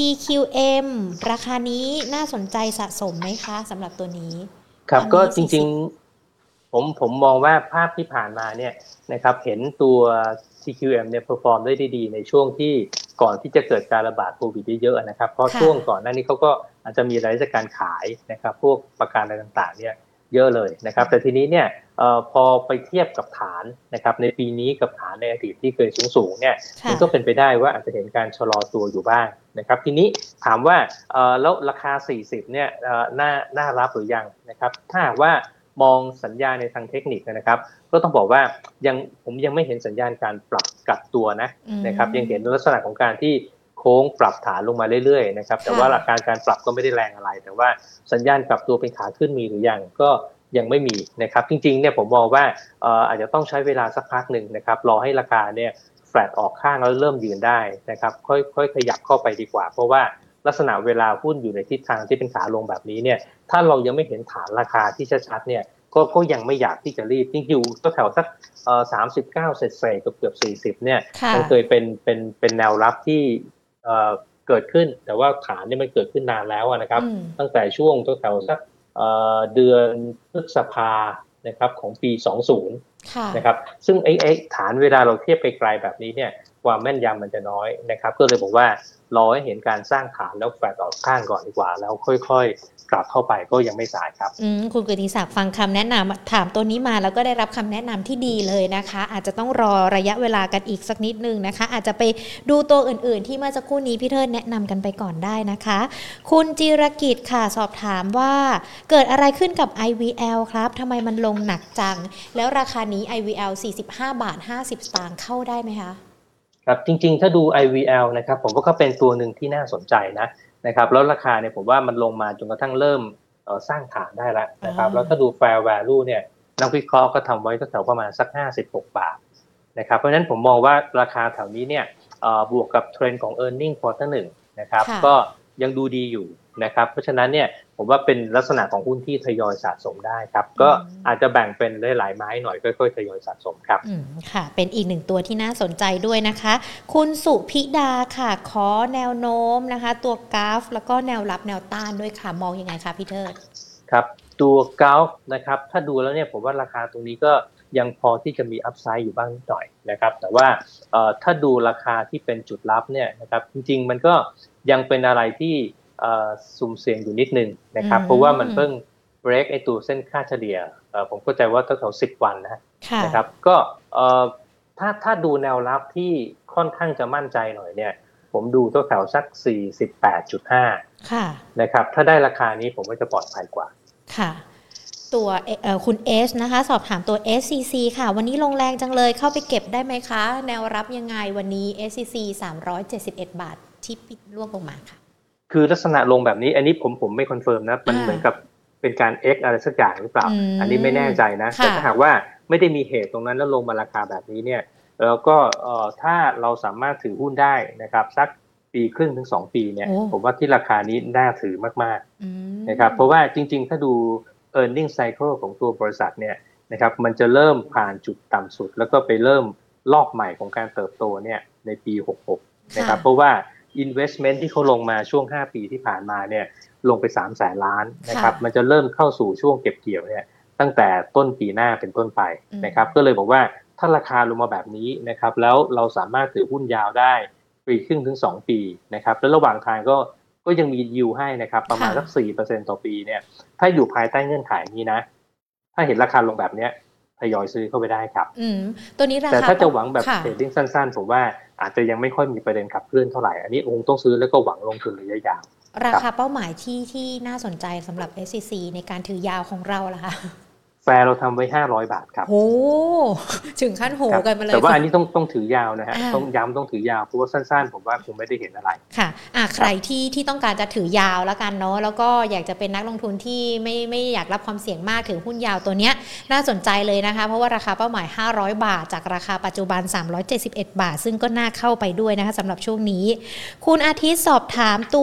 TQM ราคานี้น่าสนใจสะสมไหมคะสำหรับตัวนี้ครับก็จริงๆผมมองว่าภาพที่ผ่านมาเนี่ยนะครับเห็นตัว TQM เนี่ยเพอร์ฟอร์มได้ดีในช่วงที่ก่อนที่จะเกิดการระบาดโควิดเยอะๆนะครับเพราะช่วงก่อนหน้านี้เขาก็อาจจะมีรายได้จากการขายนะครับพวกประกันอะไรต่างๆเนี่ยเยอะเลยนะครับแต่ทีนี้เนี่ยพอไปเทียบกับฐานนะครับในปีนี้กับฐานในอดีตที่เคยสูงๆเนี่ยมันก็เป็นไปได้ว่าอาจจะเห็นการชะลอตัวอยู่บ้างนะครับทีนี้ถามว่าแล้วราคา40เนี่ยน่ารับหรือยังนะครับถ้าว่ามองสัญญาณในทางเทคนิคนะครับก็ต้องบอกว่าผมยังไม่เห็นสัญญาณการปรับกลับตัวนะครับยังเห็นลักษณะของการที่โค้งปรับฐานลงมาเรื่อยๆนะครับแต่ว่าหลักการปรับก็ไม่ได้แรงอะไรแต่ว่าสัญญาณกลับตัวเป็นขาขึ้นมีหรือยังก็ยังไม่มีนะครับจริงๆเนี่ยผมมองว่าอาจจะต้องใช้เวลาสักพักหนึ่งนะครับรอให้ราคาเนี่ยแฟลตออกข้างแล้วเริ่มยืนได้นะครับค่อยขยับเข้าไปดีกว่าเพราะว่าลักษณะเวลาหุ้นอยู่ในทิศทางที่เป็นขาลงแบบนี้เนี่ยถ้าเรายังไม่เห็นฐานราคาที่ชัดๆเนี่ยก็ยังไม่อยากที่จะรีบจริงๆอยู่แถวสัก39เศษเกือบ40เนี่ยมันเคยเป็นแนวรับที่เกิดขึ้นแต่ว่าฐานนี่มันเกิดขึ้นนานแล้วนะครับตั้งแต่ช่วงแถวสักเดือนพฤษภานะครับของปี20นะครับซึ่งไอ้ฐานเวลาเราเทียบไกลๆแบบนี้เนี่ยความแม่นยำมันจะน้อยนะครับก็เลยบอกว่ารอให้เห็นการสร้างฐานแล้วแฟลตออกข้างก่อนดีกว่าแล้วค่อยๆกลับเข้าไปก็ยังไม่สายครับคุณเกียรติศักดิ์ฟังคำแนะนำถามตัวนี้มาแล้วก็ได้รับคำแนะนำที่ดีเลยนะคะอาจจะต้องรอระยะเวลากันอีกสักนิดนึงนะคะอาจจะไปดูตัวอื่นๆที่เมื่อสักครู่นี้พี่เทิดแนะนำกันไปก่อนได้นะคะคุณจิรกิจค่ะสอบถามว่าเกิดอะไรขึ้นกับ IVL ครับทำไมมันลงหนักจังแล้วราคานี้ IVL 45.50 สตางค์เข้าได้ไหมคะครับจริงๆถ้าดู IVL นะครับผมว่าก็เป็นตัวหนึ่งที่น่าสนใจนะครับแล้วราคาเนี่ยผมว่ามันลงมาจนกระทั่งเริ่มสร้างฐานได้แล้วนะครับแล้วถ้าดู Fair Value เนี่ยนักวิเคราะห์ก็ทำไว้แถวประมาณสัก56 บาทนะครับเพราะฉะนั้นผมมองว่าราคาแถวนี้เนี่ยบวกกับเทรนด์ของ Earning Quarter 1นะครับก็ยังดูดีอยู่นะครับเพราะฉะนั้นเนี่ยผมว่าเป็นลักษณะของหุ้นที่ทยอยสะสมได้ครับก็อาจจะแบ่งเป็นหลายไม้หน่อยค่อยๆทยอยสะสมครับค่ะเป็นอีกหนึ่งตัวที่น่าสนใจด้วยนะคะคุณสุพิดาค่ะขอแนวโน้มนะคะตัวกราฟแล้วก็แนวรับแนวต้านด้วยค่ะมองยังไงคะพี่เทิดครับตัวกราฟนะครับถ้าดูแล้วเนี่ยผมว่าราคาตรงนี้ก็ยังพอที่จะมีอัพไซด์อยู่บ้างนิดหน่อยนะครับแต่ว่าถ้าดูราคาที่เป็นจุดรับเนี่ยนะครับจริงๆมันก็ยังเป็นอะไรที่สุ่มเสี่ยงอยู่นิดนึงนะครับเพราะว่ามันเพิ่ง break ไอตัวเส้นค่าเฉลี่ยผมเข้าใจว่าแถว10 วันนะครับก็ถ้าดูแนวรับที่ค่อนข้างจะมั่นใจหน่อยเนี่ยผมดูแถวสัก 48.5 นะครับถ้าได้ราคานี้ผมก็จะปลอดภัยกว่าค่ะตัวคุณเอสนะคะสอบถามตัว SCC ค่ะวันนี้ลงแรงจังเลยเข้าไปเก็บได้ไหมคะแนวรับยังไงวันนี้ SCC 371 บาทที่ปิดร่วงลงมาค่ะคือลักษณะลงแบบนี้อันนี้ผมไม่คอนเฟิร์มนะมันเหมือนกับเป็นการ X อะไรสักอย่างหรือเปล่าอันนี้ไม่แน่ใจนะแต่ถ้าหากว่าไม่ได้มีเหตุตรงนั้นแล้วลงมาราคาแบบนี้เนี่ยแล้วก็ถ้าเราสามารถถือหุ้นได้นะครับสักปีครึ่งถึง2 ปีเนี่ยผมว่าที่ราคานี้น่าถือมากๆนะครับเพราะว่าจริงๆถ้าดู earning cycle ของตัวบริษัทเนี่ยนะครับมันจะเริ่มผ่านจุดต่ำสุดแล้วก็ไปเริ่มรอบใหม่ของการเติบโตเนี่ยในปี66นะครับเพราะว่าinvestment ที่เขาลงมาช่วง5 ปีที่ผ่านมาเนี่ยลงไป300,000 ล้านนะครับมันจะเริ่มเข้าสู่ช่วงเก็บเกี่ยวเนี่ยตั้งแต่ต้นปีหน้าเป็นต้นไปนะครับก็เลยบอกว่าถ้าราคาลงมาแบบนี้นะครับแล้วเราสามารถถือหุ้นยาวได้ปีครึ่งถึง2 ปีนะครับแล้วระหว่างทางก็ยังมียิวให้นะครับประมาณสัก 4% ต่อปีเนี่ยถ้าอยู่ภายใต้เงื่อนไขนี้นะถ้าเห็นราคาลงแบบนี้ทยอยซื้อเข้าไปได้ครับตัวนี้ราคาแต่ถ้าจะหวังแบบเทรดดิ้งสั้นๆผมว่าอาจจะยังไม่ค่อยมีประเด็นขับเคลื่อนเท่าไหร่อันนี้คงต้องซื้อแล้วก็หวังลงทุนระยะยาวราคาเป้าหมายที่น่าสนใจสำหรับ SCC ในการถือยาวของเราล่ะคะแฟร์เราทำไว้500 บาทครับโอ้ถึงขั้นโหกันมาเลยแต่ว่าอันนี้ต้องถือยาวนะฮะต้องย้ำต้องถือยาวเพราะว่าสั้นๆผมว่าคงไม่ได้เห็นอะไรค่ะใครที่ต้องการจะถือยาวแล้วกันเนาะแล้วก็อยากจะเป็นนักลงทุนที่ไม่อยากรับความเสี่ยงมากถือหุ้นยาวตัวเนี้ยน่าสนใจเลยนะคะเพราะว่าราคาเป้าหมาย500 บาทจากราคาปัจจุบัน371 บาทซึ่งก็น่าเข้าไปด้วยนะคะสำหรับช่วงนี้คุณอาทิตย์สอบถามตัว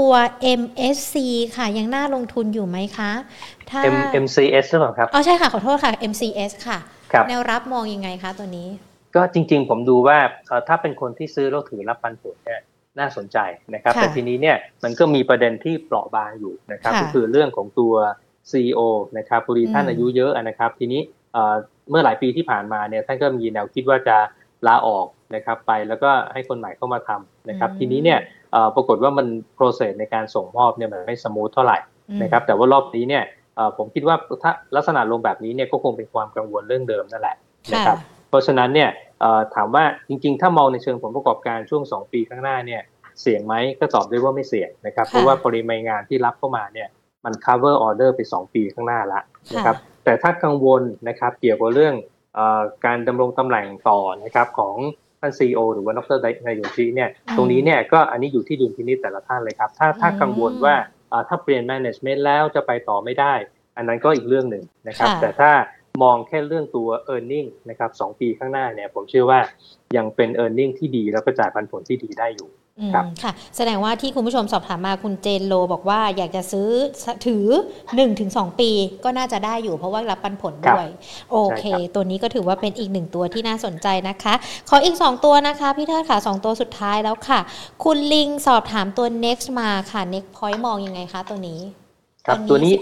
MSC ค่ะยังน่าลงทุนอยู่ไหมคะถ้า MCS หรือเปล่าครับใช่ค่ะขอโทษค่ะ MCS ค่ะแนวรับมองยังไงคะตัวนี้ก็จริงๆผมดูว่าถ้าเป็นคนที่ซื้อแล้วถือรับปันผลเนี่ยน่าสนใจนะครับแต่ทีนี้เนี่ยมันก็มีประเด็นที่เปราะบางอยู่นะครับก็คือเรื่องของตัว CEO นะครับพอดีท่านอายุเยอะนะครับทีนี้เมื่อหลายปีที่ผ่านมาเนี่ยท่านก็มีแนวคิดว่าจะลาออกนะครับไปแล้วก็ให้คนใหม่เข้ามาทำนะครับทีนี้เนี่ยปรากฏว่ามัน process ในการส่งมอบเนี่ยมันไม่สมูทเท่าไหร่นะครับแต่ว่ารอบนี้เนี่ยผมคิดว่าถ้าลักษณะลงแบบนี้เนี่ยก็คงเป็นความกังวลเรื่องเดิมนั่นแหละนะครับเพราะฉะนั้นเนี่ยถามว่าจริงๆถ้ามองในเชิงผลประกอบการช่วง2 ปีข้างหน้าเนี่ยเสี่ยงไหมก็ตอบได้ว่าไม่เสี่ยงนะครับเพราะว่าปริมาณงานที่รับเข้ามาเนี่ยมัน cover order ไป2 ปีข้างหน้าละนะครับแต่ถ้ากังวลนะครับเกี่ยวกับเรื่องการดำรงตำแหน่งต่อนะครับของท่าน CEO หรือว่าดร.นายโยชิเนี่ยตรงนี้เนี่ยก็อันนี้อยู่ที่ดุลพินิจแต่ละท่านเลยครับถ้ากังวลว่าถ้าเปลี่ยน management แล้วจะไปต่อไม่ได้อันนั้นก็อีกเรื่องหนึ่งนะครับแต่ถ้ามองแค่เรื่องตัว earning นะครับ2 ปีข้างหน้าเนี่ยผมเชื่อว่ายังเป็น earning ที่ดีแล้วก็จ่ายปันผลที่ดีได้อยู่ค่ะแสดงว่าที่คุณผู้ชมสอบถามมาคุณเจนโลบอกว่าอยากจะซื้อถือ 1-2 ปีก็น่าจะได้อยู่เพราะว่ารับปันผลด้วยโอเคตัวนี้ก็ถือว่าเป็นอีก1ตัวที่น่าสนใจนะคะขออีก2ตัวนะคะพี่เทิดค่ะ2ตัวสุดท้ายแล้วค่ะคุณลิงสอบถามตัว Next มาค่ะ Next Point มองยังไงคะตัวนี้ครับตัวนี้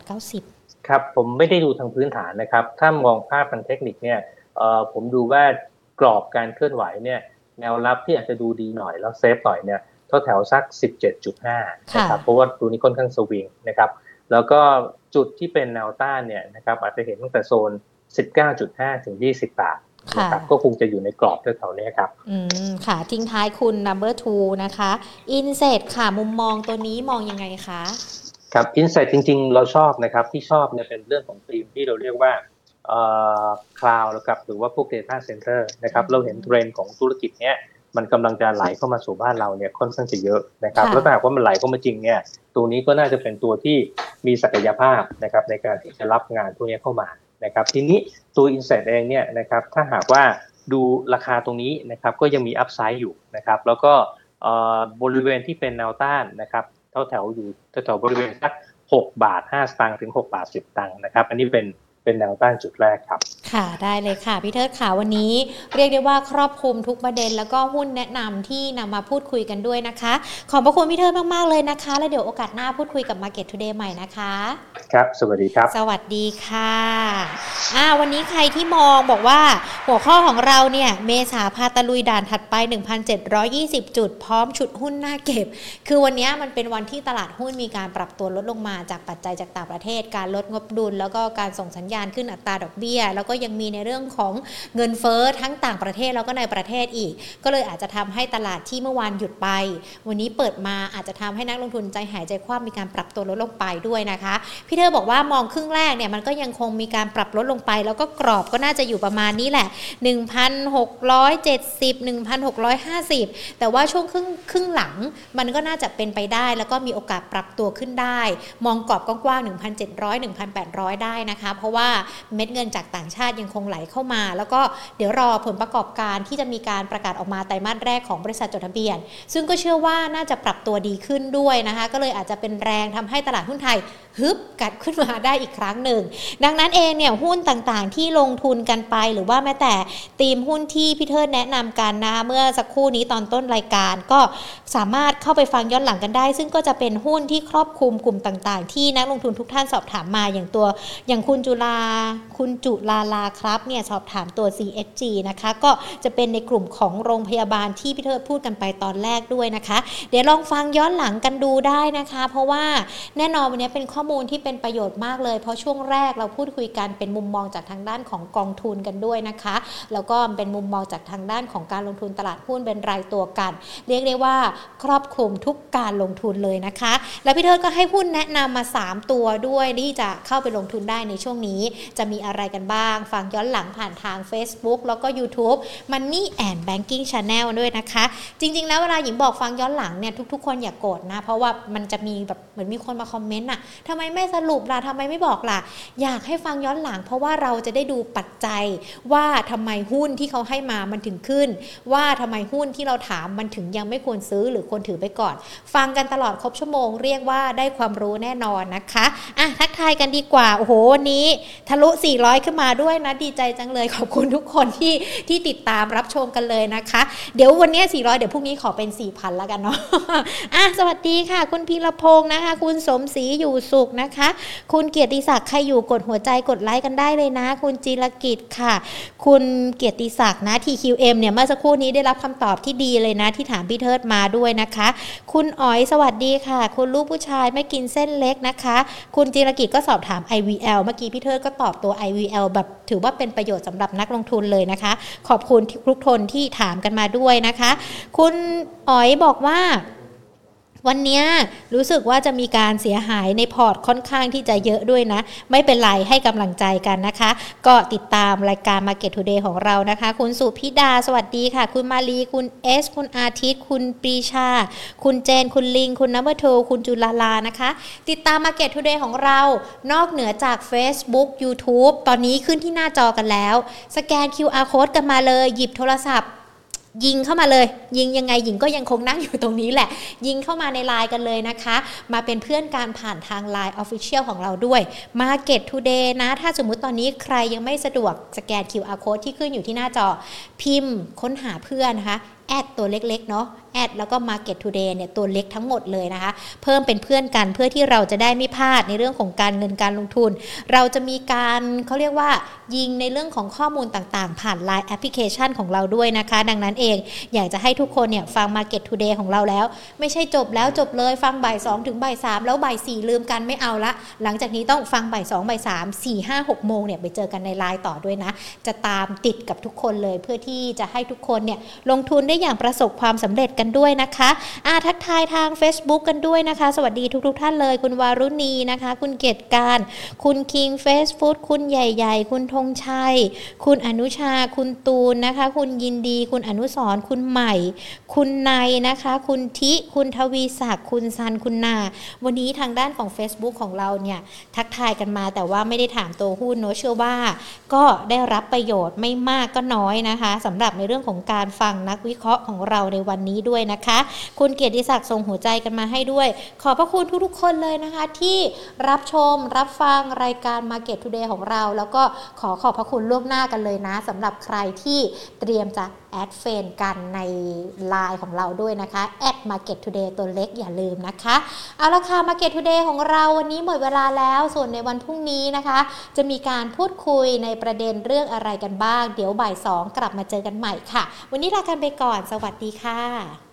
18.90 ครับผมไม่ได้ดูทางพื้นฐานนะครับถ้ามองภาพทางเทคนิคเนี่ยผมดูว่ากรอบการเคลื่อนไหวเนี่ยแนวรับที่อาจจะดูดีหน่อยแล้วเซฟหน่อยเนี่ยแถวสัก 17.5 นะครับเพราะว่าตัวนี้ค่อนข้างสวิงนะครับแล้วก็จุดที่เป็นแนวต้านเนี่ยนะครับอาจจะเห็นตั้งแต่โซน 19.5 ถึง 20 บาทนะครับก็คงจะอยู่ในกรอบแถวๆนี้ครับค่ะทิ้งท้ายคุณ number 2 นะคะ Inset ค่ะมุมมองตัวนี้มองยังไงคะครับ Insight จริงๆเราชอบนะครับที่ชอบเนี่ยเป็นเรื่องของธีมที่เราเรียกว่าcloud นะครับหรือว่าพวก data center นะครับเราเห็นเทรนด์ของธุรกิจเนี้ยมันกำลังจะไหลเข้ามาสู่บ้านเราเนี่ยค่อนข้างจะเยอะนะครับแล้วถ้าหากว่ามันไหลเข้ามาจริงเนี่ยตัวนี้ก็น่าจะเป็นตัวที่มีศักยภาพนะครับในการที่จะรับงานพวกนี้เข้ามานะครับทีนี้ตัว Insight เองเนี่ยนะครับถ้าหากว่าดูราคาตรงนี้นะครับก็ยังมี upside อยู่นะครับแล้วก็บริเวณที่เป็นแนวต้านนะครับแถวอยู่แถวบริเวณสัก6.05 สตางค์ถึง6.10 สตางค์นะครับอันนี้เป็นแนวต้านจุดแรกครับค่ะได้เลยค่ะพี่เทิดค่ะวันนี้เรียกได้ว่าครอบคลุมทุกประเด็นแล้วก็หุ้นแนะนำที่นำมาพูดคุยกันด้วยนะคะขอบพระคุณพี่เทิดมากๆเลยนะคะแล้วเดี๋ยวโอกาสหน้าพูดคุยกับ Market Today ใหม่นะคะครับสวัสดีครับสวัสดีค่ะวันนี้ใครที่มองบอกว่าหัวข้อของเราเนี่ยเมษาพาตะลุยด่านถัดไป 1,720 จุดพร้อมชุดหุ้นหน้าเก็บคือวันนี้มันเป็นวันที่ตลาดหุ้นมีการปรับตัวลดลงมาจากปัจจัยจากต่างประเทศการลดงบดุลแล้วก็การส่งสัญญาณขึ้นอัตราดอกเบี้ยแล้วก็ยังมีในเรื่องของเงินเฟ้อทั้งต่างประเทศแล้วก็ในประเทศอีกก็เลยอาจจะทำให้ตลาดที่เมื่อวานหยุดไปวันนี้เปิดมาอาจจะทำให้นักลงทุนใจหายใจคว่ำมีการปรับตัวลดลงไปด้วยนะคะพี่เธอบอกว่ามองครึ่งแรกเนี่ยมันก็ยังคงมีการปรับลดลงไปแล้วก็กรอบก็น่าจะอยู่ประมาณนี้แหละ 1,670 1,650 แต่ว่าช่วงครึ่งหลังมันก็น่าจะเป็นไปได้แล้วก็มีโอกาสปรับตัวขึ้นได้มองกรอบกว้างๆ 1,700 1,800 ได้นะคะเพราะว่าเม็ดเงินจากต่างชาติยังคงไหลเข้ามาแล้วก็เดี๋ยวรอผลประกอบการที่จะมีการประกาศออกมาไตรมาสแรกของบริษัทจดทะเบียนซึ่งก็เชื่อว่าน่าจะปรับตัวดีขึ้นด้วยนะคะก็เลยอาจจะเป็นแรงทำให้ตลาดหุ้นไทยฮึบกัดขึ้นมาได้อีกครั้งหนึ่งดังนั้นเองเนี่ยหุ้นต่างๆที่ลงทุนกันไปหรือว่าแม้แต่ธีมหุ้นที่พี่เทิดแนะนำกันนะคะเมื่อสักครู่นี้ตอนต้นรายการก็สามารถเข้าไปฟังย้อนหลังกันได้ซึ่งก็จะเป็นหุ้นที่ครอบคลุมกลุ่มต่างๆที่นักลงทุนทุกท่านสอบถามมาอย่างคุณจุฬาครับเนี่ยสอบถามตัว CSG นะคะก็จะเป็นในกลุ่มของโรงพยาบาลที่พี่เทิดพูดกันไปตอนแรกด้วยนะคะเดี๋ยวลองฟังย้อนหลังกันดูได้นะคะเพราะว่าแน่นอนวันนี้เป็นข้อมูลที่เป็นประโยชน์มากเลยเพราะช่วงแรกเราพูดคุยกันเป็นมุมมองจากทางด้านของกองทุนกันด้วยนะคะแล้วก็เป็นมุมมองจากทางด้านของการลงทุนตลาดหุ้นเป็นรายตัวกันเรียกได้ว่าครอบคลุมทุกการลงทุนเลยนะคะแล้วพี่เทิดก็ให้หุ้นแนะนำมา3ตัวด้วยที่จะเข้าไปลงทุนได้ในช่วงนี้จะมีอะไรกันบ้างฟังย้อนหลังผ่านทาง Facebook แล้วก็ YouTube Money and Banking Channel ด้วยนะคะจริงๆแล้วเวลาหญิงบอกฟังย้อนหลังเนี่ยทุกๆคนอย่ากโกรธนะเพราะว่ามันจะมีแบบเหมือนมีคนมาคอมเมนต์น่ะทำไมไม่สรุปล่ะทำไมไม่บอกล่ะอยากให้ฟังย้อนหลังเพราะว่าเราจะได้ดูปัจจัยว่าทำไมหุ้นที่เขาให้มามันถึงขึ้นว่าทำไมหุ้นที่เราถามมันถึงยังไม่ควรซื้อหรือควรถือไปก่อนฟังกันตลอดครบชั่วโมงเรียกว่าได้ความรู้แน่นอนนะคะอ่ะทักทายกันดีกว่าโอ้โหวันนี้ทะลุ400ขึ้นมาด้วยนะดีใจจังเลยขอบคุณทุกคนที่ติดตามรับชมกันเลยนะคะเดี๋ยววันนี้400เดี๋ยวพรุ่งนี้ขอเป็น 4,000 แล้วกันเนาะอ่ะสวัสดีค่ะคุณพีรพงษ์นะคะคุณสมศรีอยู่สุขนะคะคุณเกียรติศักดิ์ใครอยู่กดหัวใจกดไลค์กันได้เลยนะคุณจิรกิจค่ะคุณเกียรติศักดิ์นะ TQM เนี่ยเมื่อสักครู่นี้ได้รับคำตอบที่ดีเลยนะที่ถามพี่เทิดมาด้วยนะคะคุณอ๋อยสวัสดีค่ะคุณลูกผู้ชายไม่กินเส้นเล็กนะคะคุณจิรกิจก็สอบถาม IVL เมื่อกี้พี่เทิดก็ตอบตัว IVL แบบถือว่าเป็นประโยชน์สำหรับนักลงทุนเลยนะคะขอบคุณทุกคนที่ถามกันมาด้วยนะคะคุณอ๋อยบอกว่าวันนี้รู้สึกว่าจะมีการเสียหายในพอร์ตค่อนข้างที่จะเยอะด้วยนะไม่เป็นไรให้กำลังใจกันนะคะก็ติดตามรายการ Market Today ของเรานะคะคุณสุพิดาสวัสดีค่ะคุณมาลีคุณเอสคุณอาทิตย์คุณปรีชาคุณเจนคุณลิงคุณนัมเบอร์โทคุณจุลาลานะคะติดตาม Market Today ของเรานอกเหนือจาก Facebook YouTube ตอนนี้ขึ้นที่หน้าจอกันแล้วสแกน QR Code กันมาเลยหยิบโทรศัพท์ยิงเข้ามาเลยยิงยังไงหญิงก็ยังคงนั่งอยู่ตรงนี้แหละยิงเข้ามาใน LINE กันเลยนะคะมาเป็นเพื่อนกันผ่านทาง LINE Official ของเราด้วย Market Today นะถ้าสมมุติตอนนี้ใครยังไม่สะดวกสแกน QR Code ที่ขึ้นอยู่ที่หน้าจอพิมพ์ค้นหาเพื่อนนะคะแอดตัวเล็กๆเนาะแอดแล้วก็ Market Today เนี่ยตัวเล็กทั้งหมดเลยนะคะเพิ่มเป็นเพื่อนกันเพื่อที่เราจะได้ไม่พลาดในเรื่องของการเงินการลงทุนเราจะมีการเขาเรียกว่ายิงในเรื่องของข้อมูลต่างๆผ่าน LINE Application ของเราด้วยนะคะดังนั้นเองอยากจะให้ทุกคนเนี่ยฟัง Market Today ของเราแล้วไม่ใช่จบแล้วจบเลยฟังบ่าย2ถึงบ่าย3แล้วบ่าย4ลืมกันไม่เอาละหลังจากนี้ต้องฟังบ่าย2บ่าย3 4 5 6โมงเนี่ยไปเจอกันใน LINE ต่อด้วยนะจะตามติดกับทุกคนเลยเพื่อที่จะให้ทุกคนเนี่ยลงทุนได้อย่างประสบความสำเร็จกันด้วยนะคะทักทายทาง Facebook กันด้วยนะคะสวัสดีทุกท่านเลยคุณวารุณีนะคะคุณเกียรติการคุณคิงเฟสฟู้ดคุณใหญ่ๆคุณธงชัยคุณอนุชาคุณตูนนะคะคุณยินดีคุณอนุสรณ์คุณใหม่คุณนายนะคะคุณทิคุณทวีศักดิ์คุณซันคุณนาวันนี้ทางด้านของ Facebook ของเราเนี่ยทักทายกันมาแต่ว่าไม่ได้ถามตัวหุ้นเนอะเชื่อว่าก็ได้รับประโยชน์ไม่มากก็น้อยนะคะสำหรับในเรื่องของการฟังนักวิเคราะห์ของเราในวันนี้ด้วยนะคะคุณเกียรติศักดิ์ส่งหัวใจกันมาให้ด้วยขอบพระคุณทุกๆคนเลยนะคะที่รับชมรับฟังรายการ Market Today ของเราแล้วก็ขอบพระคุณล่วงหน้ากันเลยนะสำหรับใครที่เตรียมจะแอดเฟรนด์กันใน LINE ของเราด้วยนะคะแอด Market Today ตัวเล็กอย่าลืมนะคะเอาละค่ะ Market Today ของเราวันนี้หมดเวลาแล้วส่วนในวันพรุ่งนี้นะคะจะมีการพูดคุยในประเด็นเรื่องอะไรกันบ้างเดี๋ยวบ่าย2กลับมาเจอกันใหม่ค่ะวันนี้ลากันไปก่อนสวัสดีค่ะ